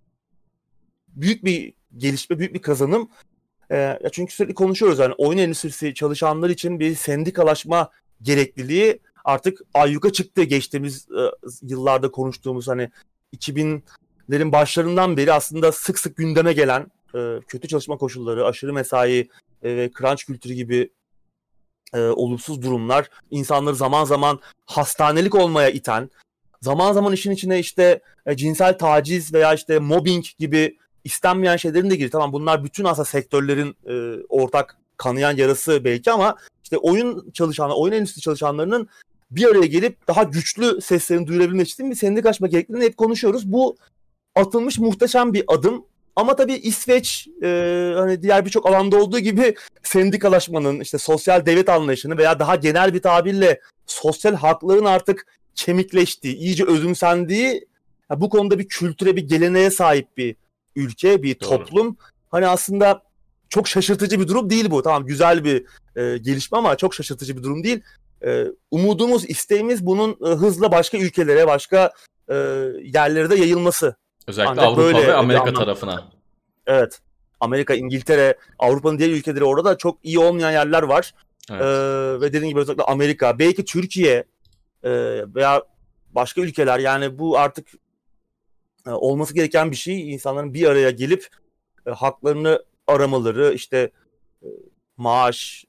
büyük bir gelişme, büyük bir kazanım. E, çünkü sürekli konuşuyoruz, yani oyun endüstrisi çalışanlar için bir sendikalaşma gerekliliği artık ayyuka çıktı. Geçtiğimiz e, yıllarda konuştuğumuz, hani iki binlerin başlarından beri aslında sık sık gündeme gelen e, kötü çalışma koşulları, aşırı mesai e, ve crunch kültürü gibi e, olumsuz durumlar insanları zaman zaman hastanelik olmaya iten, zaman zaman işin içine işte e, cinsel taciz veya işte mobbing gibi istenmeyen şeylerin de giriyor. Tamam, bunlar bütün aslında sektörlerin e, ortak kanayan yarası belki ama işte oyun çalışanları, oyun endüstrisi çalışanlarının bir araya gelip daha güçlü seslerini duyurabilmek için bir sendikalaşma gerektiğini hep konuşuyoruz. Bu atılmış muhteşem bir adım. Ama tabii İsveç e, hani diğer birçok alanda olduğu gibi sendikalaşmanın, işte sosyal devlet anlayışını veya daha genel bir tabirle sosyal hakların artık kemikleştiği, iyice özümsendiği, bu konuda bir kültüre, bir geleneğe sahip bir ülke, bir Doğru. toplum. Hani aslında çok şaşırtıcı bir durum değil bu. Tamam, güzel bir e, gelişme ama çok şaşırtıcı bir durum değil. E, umudumuz, isteğimiz bunun e, hızla başka ülkelere, başka e, yerlere de yayılması. Özellikle Ancak Avrupa böyle ve Amerika anlam. tarafına. Evet. Amerika, İngiltere, Avrupa'nın diğer ülkeleri, orada da çok iyi olmayan yerler var. Evet. Ee, ve dediğim gibi özellikle Amerika, belki Türkiye e, veya başka ülkeler, yani bu artık e, olması gereken bir şey. İnsanların bir araya gelip e, haklarını aramaları, işte e, maaş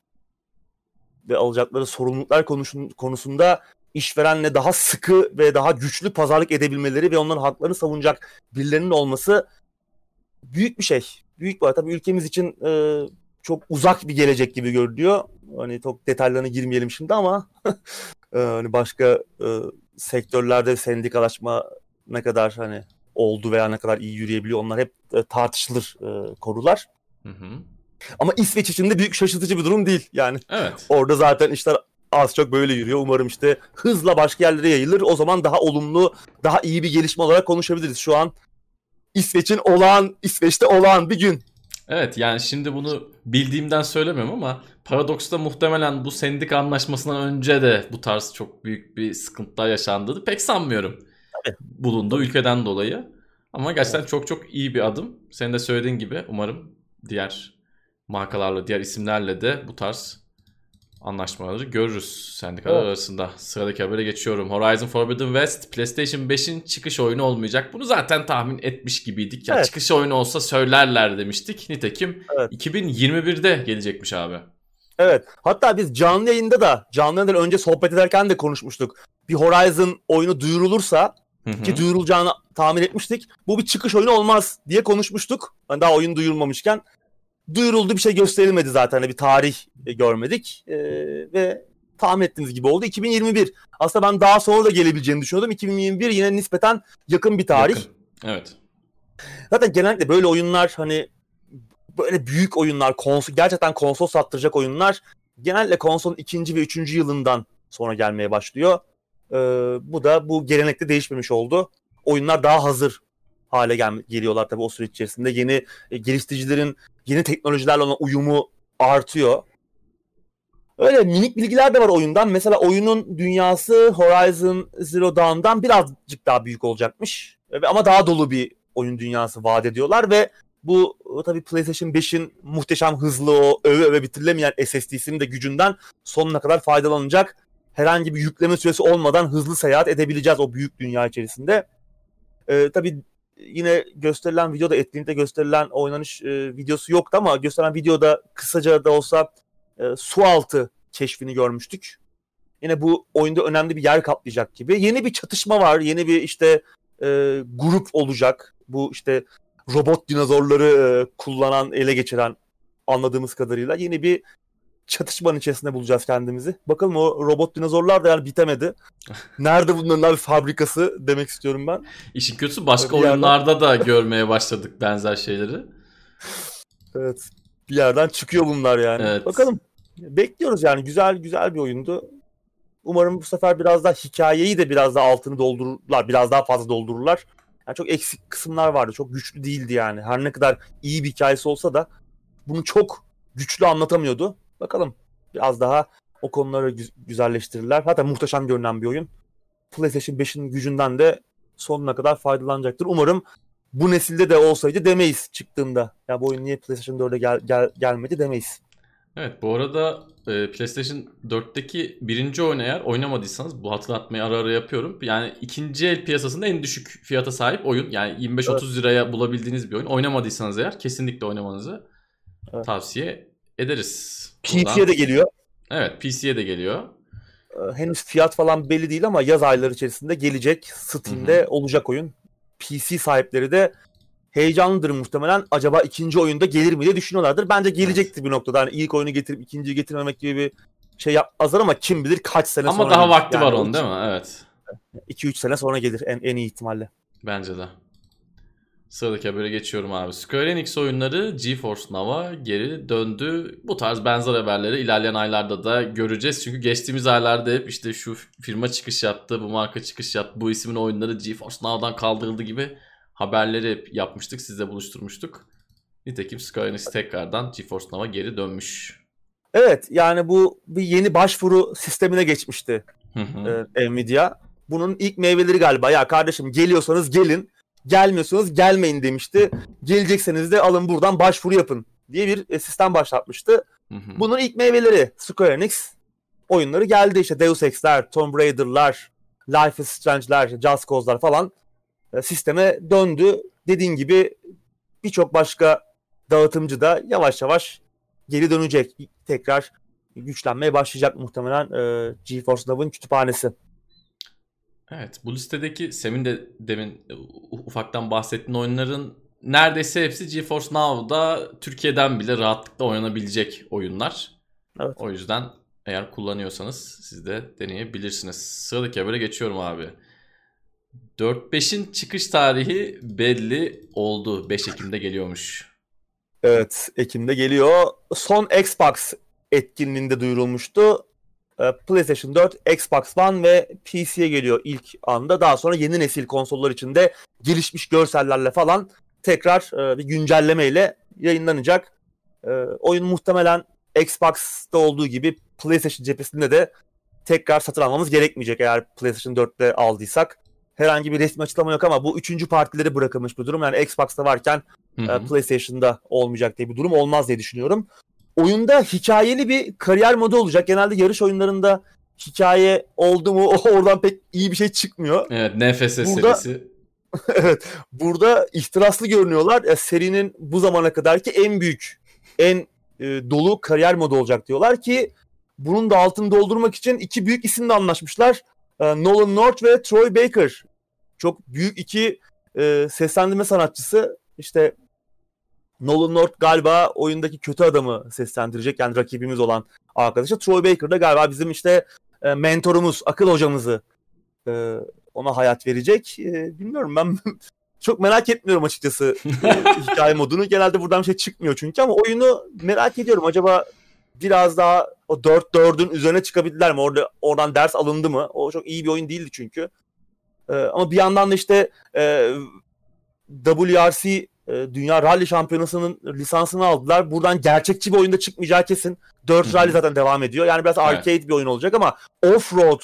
ve alacakları sorumluluklar konusun, konusunda işverenle daha sıkı ve daha güçlü pazarlık edebilmeleri ve onların haklarını savunacak birilerinin olması büyük bir şey. Büyük bir, tabii ülkemiz için e, çok uzak bir gelecek gibi görünüyor. Hani çok detaylarına girmeyelim şimdi ama e, hani başka e, sektörlerde sendikalaşma ne kadar hani oldu veya ne kadar iyi yürüyebiliyor, onlar hep e, tartışılır e, konular. Hı hı. Ama İsveç için de büyük şaşırtıcı bir durum değil. Yani Evet. orada zaten işler az çok böyle yürüyor. Umarım işte hızla başka yerlere yayılır. O zaman daha olumlu, daha iyi bir gelişme olarak konuşabiliriz. Şu an İsveç'in olağan, İsveç'te olağan bir gün. Evet, yani şimdi bunu bildiğimden söylemiyorum ama Paradox'ta muhtemelen bu sendika anlaşmasından önce de bu tarz çok büyük bir sıkıntılar yaşandığını pek sanmıyorum. Tabii. Bulunduğu Tabii. ülkeden dolayı. Ama gerçekten Evet. çok çok iyi bir adım. Senin de söylediğin gibi umarım diğer markalarla, diğer isimlerle de bu tarz anlaşmaları görürüz sendikalar Evet. arasında. Sıradaki habere geçiyorum. Horizon Forbidden West PlayStation beşin çıkış oyunu olmayacak. Bunu zaten tahmin etmiş gibiydik. Ya Evet. çıkış oyunu olsa söylerler demiştik. Nitekim Evet. iki bin yirmi birde gelecekmiş abi. Evet. Hatta biz canlı yayında da, canlı yayından önce sohbet ederken de konuşmuştuk. Bir Horizon oyunu duyurulursa, Hı hı. ki duyurulacağını tahmin etmiştik, bu bir çıkış oyunu olmaz diye konuşmuştuk. Yani daha oyun duyurulmamışken. Duyuruldu, bir şey gösterilmedi zaten. Bir tarih görmedik. Ee, ve tahmin ettiğiniz gibi oldu. iki bin yirmi bir. Aslında ben daha sonra da gelebileceğini düşünüyordum. iki bin yirmi bir yine nispeten yakın bir tarih. Yakın. Evet. Zaten genellikle böyle oyunlar, hani böyle büyük oyunlar, konsol, gerçekten konsol sattıracak oyunlar genellikle konsolun ikinci ve üçüncü yılından sonra gelmeye başlıyor. Ee, bu da bu gelenekte değişmemiş oldu. Oyunlar daha hazır hale gel- geliyorlar tabii o süreç içerisinde. Yeni e, geliştiricilerin yeni teknolojilerle olan uyumu artıyor. Öyle minik bilgiler de var oyundan. Mesela oyunun dünyası Horizon Zero Dawn'dan birazcık daha büyük olacakmış. Ama daha dolu bir oyun dünyası vaat ediyorlar ve bu tabii PlayStation beşin muhteşem hızlı, o öve öve bitirilemeyen S S D'sinin de gücünden sonuna kadar faydalanacak. Herhangi bir yükleme süresi olmadan hızlı seyahat edebileceğiz o büyük dünya içerisinde. Ee, tabii yine gösterilen videoda, etkinlikte gösterilen oynanış e, videosu yoktu ama gösterilen videoda kısaca da olsa e, su altı keşfini görmüştük. Yine bu oyunda önemli bir yer kaplayacak gibi. Yeni bir çatışma var. Yeni bir işte e, grup olacak. Bu işte robot dinozorları e, kullanan, ele geçiren, anladığımız kadarıyla yeni bir çatışmanın içerisinde bulacağız kendimizi. Bakalım, o robot dinozorlar da yani bitemedi. Nerede bunların bir fabrikası demek istiyorum ben. İşin kötüsü başka Bir yerden- oyunlarda da görmeye başladık benzer şeyleri. Evet. Bir yerden çıkıyor bunlar yani. Evet. Bakalım. Bekliyoruz yani. Güzel güzel bir oyundu. Umarım bu sefer biraz daha hikayeyi de biraz daha altını doldururlar. Biraz daha fazla doldururlar. Yani çok eksik kısımlar vardı. Çok güçlü değildi yani. Her ne kadar iyi bir hikayesi olsa da bunu çok güçlü anlatamıyordu. Bakalım. Biraz daha o konuları gü- güzelleştirirler. Hatta muhteşem görünen bir oyun. PlayStation beşin gücünden de sonuna kadar faydalanacaktır. Umarım bu nesilde de olsaydı demeyiz çıktığında. Ya bu oyun niye PlayStation dörde gel, gel, gelmedi demeyiz. Evet, bu arada e, PlayStation dörtteki birinci oyunu eğer oynamadıysanız, bu hatırlatmayı ara ara yapıyorum. Yani ikinci el piyasasında en düşük fiyata sahip oyun. Yani yirmi beş otuz liraya bulabildiğiniz bir oyun. Oynamadıysanız eğer kesinlikle oynamanızı Evet. tavsiye ederiz. P C'ye Buradan- de geliyor. Evet, P C'ye de geliyor. Ee, henüz fiyat falan belli değil ama yaz ayları içerisinde gelecek. Steam'de Hı hı. olacak oyun. P C sahipleri de heyecanlıdır muhtemelen. Acaba ikinci oyunda gelir mi diye düşünüyorlardır. Bence gelecektir bir noktada. Yani ilk oyunu getirip ikinciyi getirmemek gibi bir şey yapmazlar ama kim bilir kaç sene Ama sonra daha gelir. vakti Yani var o onun, değil mi? Evet. iki üç sene sonra gelir en, en iyi ihtimalle. Bence de. Sıradaki habere geçiyorum abi. Square Enix oyunları GeForce Now'a geri döndü. Bu tarz benzer haberleri ilerleyen aylarda da göreceğiz. Çünkü geçtiğimiz aylarda hep işte şu firma çıkış yaptı, bu marka çıkış yaptı, bu ismin oyunları GeForce Now'dan kaldırıldı gibi haberleri hep yapmıştık. Sizle buluşturmuştuk. Nitekim Square Enix tekrardan GeForce Now'a geri dönmüş. Evet, yani bu bir yeni başvuru sistemine geçmişti Hı hı. e, Nvidia. Bunun ilk meyveleri galiba. Ya kardeşim geliyorsanız gelin, gelmiyorsanız gelmeyin demişti. Gelecekseniz de alın buradan başvuru yapın diye bir e, sistem başlatmıştı. Hı hı. Bunun ilk meyveleri Square Enix oyunları geldi. İşte Deus Ex'ler, Tomb Raider'lar, Life is Strange'ler, Just Cause'lar falan e, sisteme döndü. Dediğin gibi birçok başka dağıtımcı da yavaş yavaş geri dönecek. Tekrar güçlenmeye başlayacak muhtemelen e, GeForce Now'ın kütüphanesi. Evet, bu listedeki Sem'in de demin ufaktan bahsettiğin oyunların neredeyse hepsi GeForce Now'da Türkiye'den bile rahatlıkla oynanabilecek oyunlar. Evet. O yüzden eğer kullanıyorsanız siz de deneyebilirsiniz. Sıradaki habere geçiyorum abi. dört beşin çıkış tarihi belli oldu. beş Ekim'de geliyormuş. Evet, Ekim'de geliyor. Son Xbox etkinliğinde duyurulmuştu. PlayStation dört, Xbox One ve P C'ye geliyor ilk anda. Daha sonra yeni nesil konsollar için de gelişmiş görsellerle falan tekrar bir güncellemeyle yayınlanacak. Oyun muhtemelen Xbox'ta olduğu gibi PlayStation cephesinde de tekrar satın almamız gerekmeyecek eğer PlayStation dörtte aldıysak. Herhangi bir resmi açıklama yok ama bu üçüncü partilere bırakılmış bir durum. Yani Xbox'ta varken hı hı. PlayStation'da olmayacak diye bir durum olmaz diye düşünüyorum. Oyunda hikayeli bir kariyer modu olacak. Genelde yarış oyunlarında hikaye oldu mu oradan pek iyi bir şey çıkmıyor. Evet, N F S burada, serisi. Evet, burada ihtiraslı görünüyorlar. Ya, serinin bu zamana kadarki en büyük, en e, dolu kariyer modu olacak diyorlar ki bunun da altını doldurmak için iki büyük isimle anlaşmışlar. E, Nolan North ve Troy Baker. Çok büyük iki e, seslendirme sanatçısı. İşte Nolan North galiba oyundaki kötü adamı seslendirecek. Yani rakibimiz olan arkadaşı. Troy Baker da galiba bizim işte e, mentorumuz, akıl hocamızı e, ona hayat verecek. E, bilmiyorum, ben çok merak etmiyorum açıkçası e, hikaye modunu. Genelde buradan bir şey çıkmıyor çünkü ama oyunu merak ediyorum. Acaba biraz daha o dört dördün üzerine çıkabildiler mi? Orada, oradan ders alındı mı? O çok iyi bir oyun değildi çünkü. E, ama bir yandan da işte e, W R C Dünya Rally Şampiyonası'nın lisansını aldılar. Buradan gerçekçi bir oyunda çıkmayacağı kesin. dört Rally zaten devam ediyor. Yani biraz arcade evet. bir oyun olacak ama off-road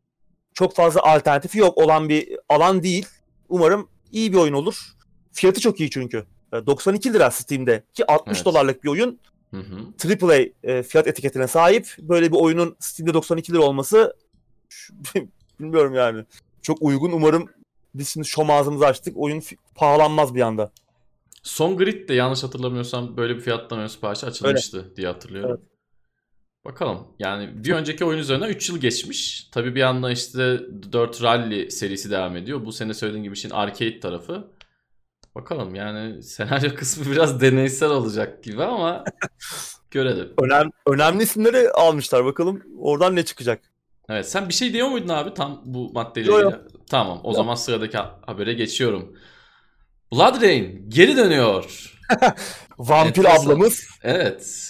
çok fazla alternatifi yok olan bir alan değil. Umarım iyi bir oyun olur. Fiyatı çok iyi çünkü. doksan iki lira Steam'de ki altmış evet. dolarlık bir oyun. Hı hı. Triple A e, fiyat etiketine sahip. Böyle bir oyunun Steam'de doksan iki lira olması bilmiyorum yani. Çok uygun. Umarım biz şimdi şom ağzımızı açtık. Oyun pahalanmaz bir anda. Son Grid de yanlış hatırlamıyorsam böyle bir fiyatlamaya siparişi açılmıştı öyle diye hatırlıyorum. Evet. Bakalım. Yani bir önceki oyun üzerine üç yıl geçmiş. Tabii bir yandan işte dört Rally serisi devam ediyor. Bu sene söylediğin gibi işin arcade tarafı. Bakalım yani senaryo kısmı biraz deneysel olacak gibi ama görelim. Önem, önemli isimleri almışlar. Bakalım oradan ne çıkacak. Evet, sen bir şey diyor muydun abi tam bu maddeyle ilgili? Tamam, o Yo. zaman sıradaki habere geçiyorum. Blood Rain geri dönüyor. Vampir Enteresan. ablamız. Evet.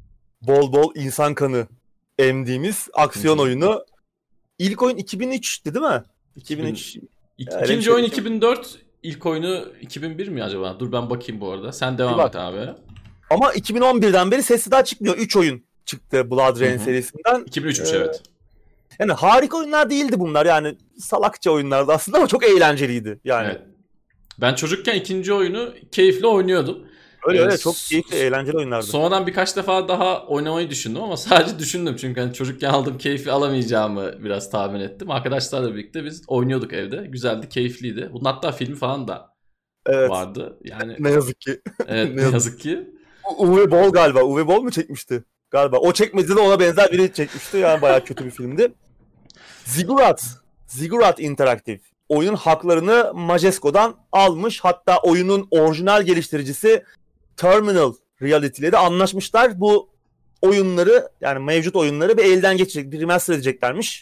Bol bol insan kanı emdiğimiz aksiyon oyunu. İlk oyun iki bin üç'tü değil mi? iki bin üç. İki, yani ikinci oyun iki bin dört, ilk oyunu iki bin bir mi acaba? Dur ben bakayım bu arada. Sen devam et abi. Ama iki bin on birden beri sesi daha çıkmıyor. üç oyun çıktı Blood Rain serisinden. iki bin üç'müş ee, evet. Yani harika oyunlar değildi bunlar. Yani salakça oyunlardı aslında ama çok eğlenceliydi. Yani. Evet. Ben çocukken ikinci oyunu keyifle oynuyordum. Öyle ee, öyle çok keyifli, eğlenceli oyunlardı. Sonradan birkaç defa daha oynamayı düşündüm ama sadece düşündüm. Çünkü hani çocukken aldığım keyfi alamayacağımı biraz tahmin ettim. Arkadaşlarla birlikte biz oynuyorduk evde. Güzeldi, keyifliydi. Bunun hatta filmi falan da evet. vardı. Yani ne yazık ki. Evet, ne yazık ki. Uwe Boll galiba. Uwe Boll mu çekmişti? Galiba. O çekmedi de ona benzer biri çekmişti. Yani bayağı kötü bir filmdi. Ziggurat. Ziggurat Interactive. Oyunun haklarını Majesco'dan almış. Hatta oyunun orijinal geliştiricisi Terminal Reality ile de anlaşmışlar. Bu oyunları, yani mevcut oyunları bir elden geçirecek, bir remaster edeceklermiş.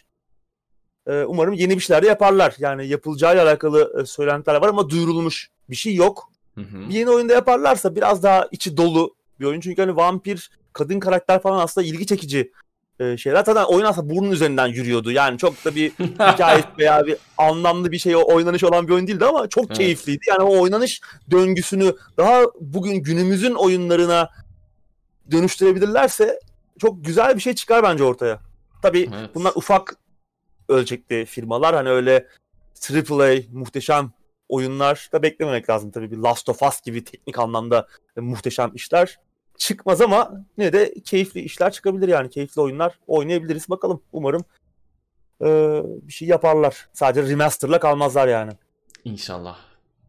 Ee, umarım yeni bir şeyler de yaparlar. Yani yapılacağıyla alakalı söylentiler var ama duyurulmuş bir şey yok. Hı hı. Bir yeni oyunda yaparlarsa biraz daha içi dolu bir oyun. Çünkü hani vampir, kadın karakter falan aslında ilgi çekici e, şeyler. Zaten oyun aslında burnun üzerinden yürüyordu. Yani çok da bir hikaye veya bir anlamlı bir şey, oynanış olan bir oyun değildi ama çok Evet. keyifliydi. Yani o oynanış döngüsünü daha bugün günümüzün oyunlarına dönüştürebilirlerse çok güzel bir şey çıkar bence ortaya. Tabii Evet. bunlar ufak ölçekli firmalar. Hani öyle triple A muhteşem oyunlar da beklememek lazım tabii. Bir Last of Us gibi teknik anlamda muhteşem işler çıkmaz ama yine de keyifli işler çıkabilir yani. Keyifli oyunlar oynayabiliriz. Bakalım. Umarım e, bir şey yaparlar. Sadece remaster'la kalmazlar yani. İnşallah.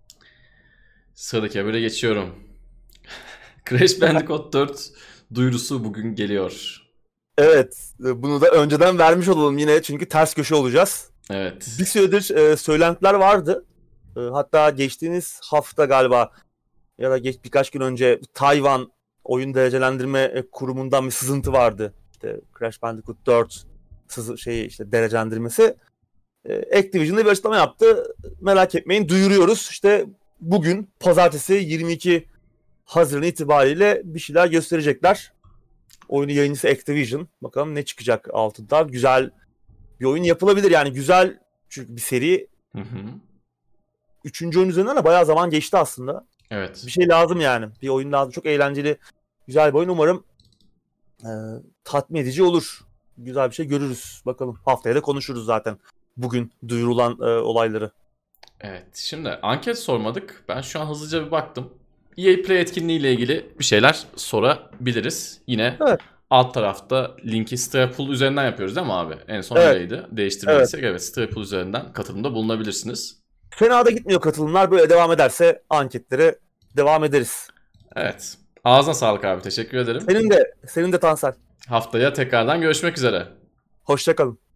Sıradaki habere geçiyorum. Crash Bandicoot dört duyurusu bugün geliyor. Evet. Bunu da önceden vermiş olalım yine çünkü ters köşe olacağız. Evet. Bir süredir e, söylentiler vardı. E, hatta geçtiğimiz hafta galiba ya da geç birkaç gün önce Tayvan oyun derecelendirme kurumundan bir sızıntı vardı. İşte Crash Bandicoot dört sızı şeyi işte derecelendirmesi. E, Activision'da bir açıklama yaptı. Merak etmeyin duyuruyoruz. İşte bugün pazartesi yirmi iki Haziran itibariyle bir şeyler gösterecekler. Oyunu yayıncısı Activision. Bakalım ne çıkacak altından. Güzel bir oyun yapılabilir yani güzel çünkü bir seri. Hı hı. Üçüncü oyun üzerinden de bayağı zaman geçti aslında. Evet. Bir şey lazım yani. Bir oyun lazım. Çok eğlenceli, güzel bir oyun. Umarım e, tatmin edici olur. Güzel bir şey görürüz. Bakalım. Haftaya da konuşuruz zaten. Bugün duyurulan e, olayları. Evet. Şimdi anket sormadık. Ben şu an hızlıca bir baktım. E A Play etkinliği ile ilgili bir şeyler sorabiliriz. Yine Evet. alt tarafta linki Strapool üzerinden yapıyoruz değil mi abi? En son Evet. öyleydi. Değiştirmediysek evet, evet Strapool üzerinden katılımda bulunabilirsiniz. Fena da gitmiyor katılımlar. Böyle devam ederse anketlere devam ederiz. Evet. Ağzına sağlık abi. Teşekkür ederim. Senin de, senin de Tansel. Haftaya tekrardan görüşmek üzere. Hoşça kalın.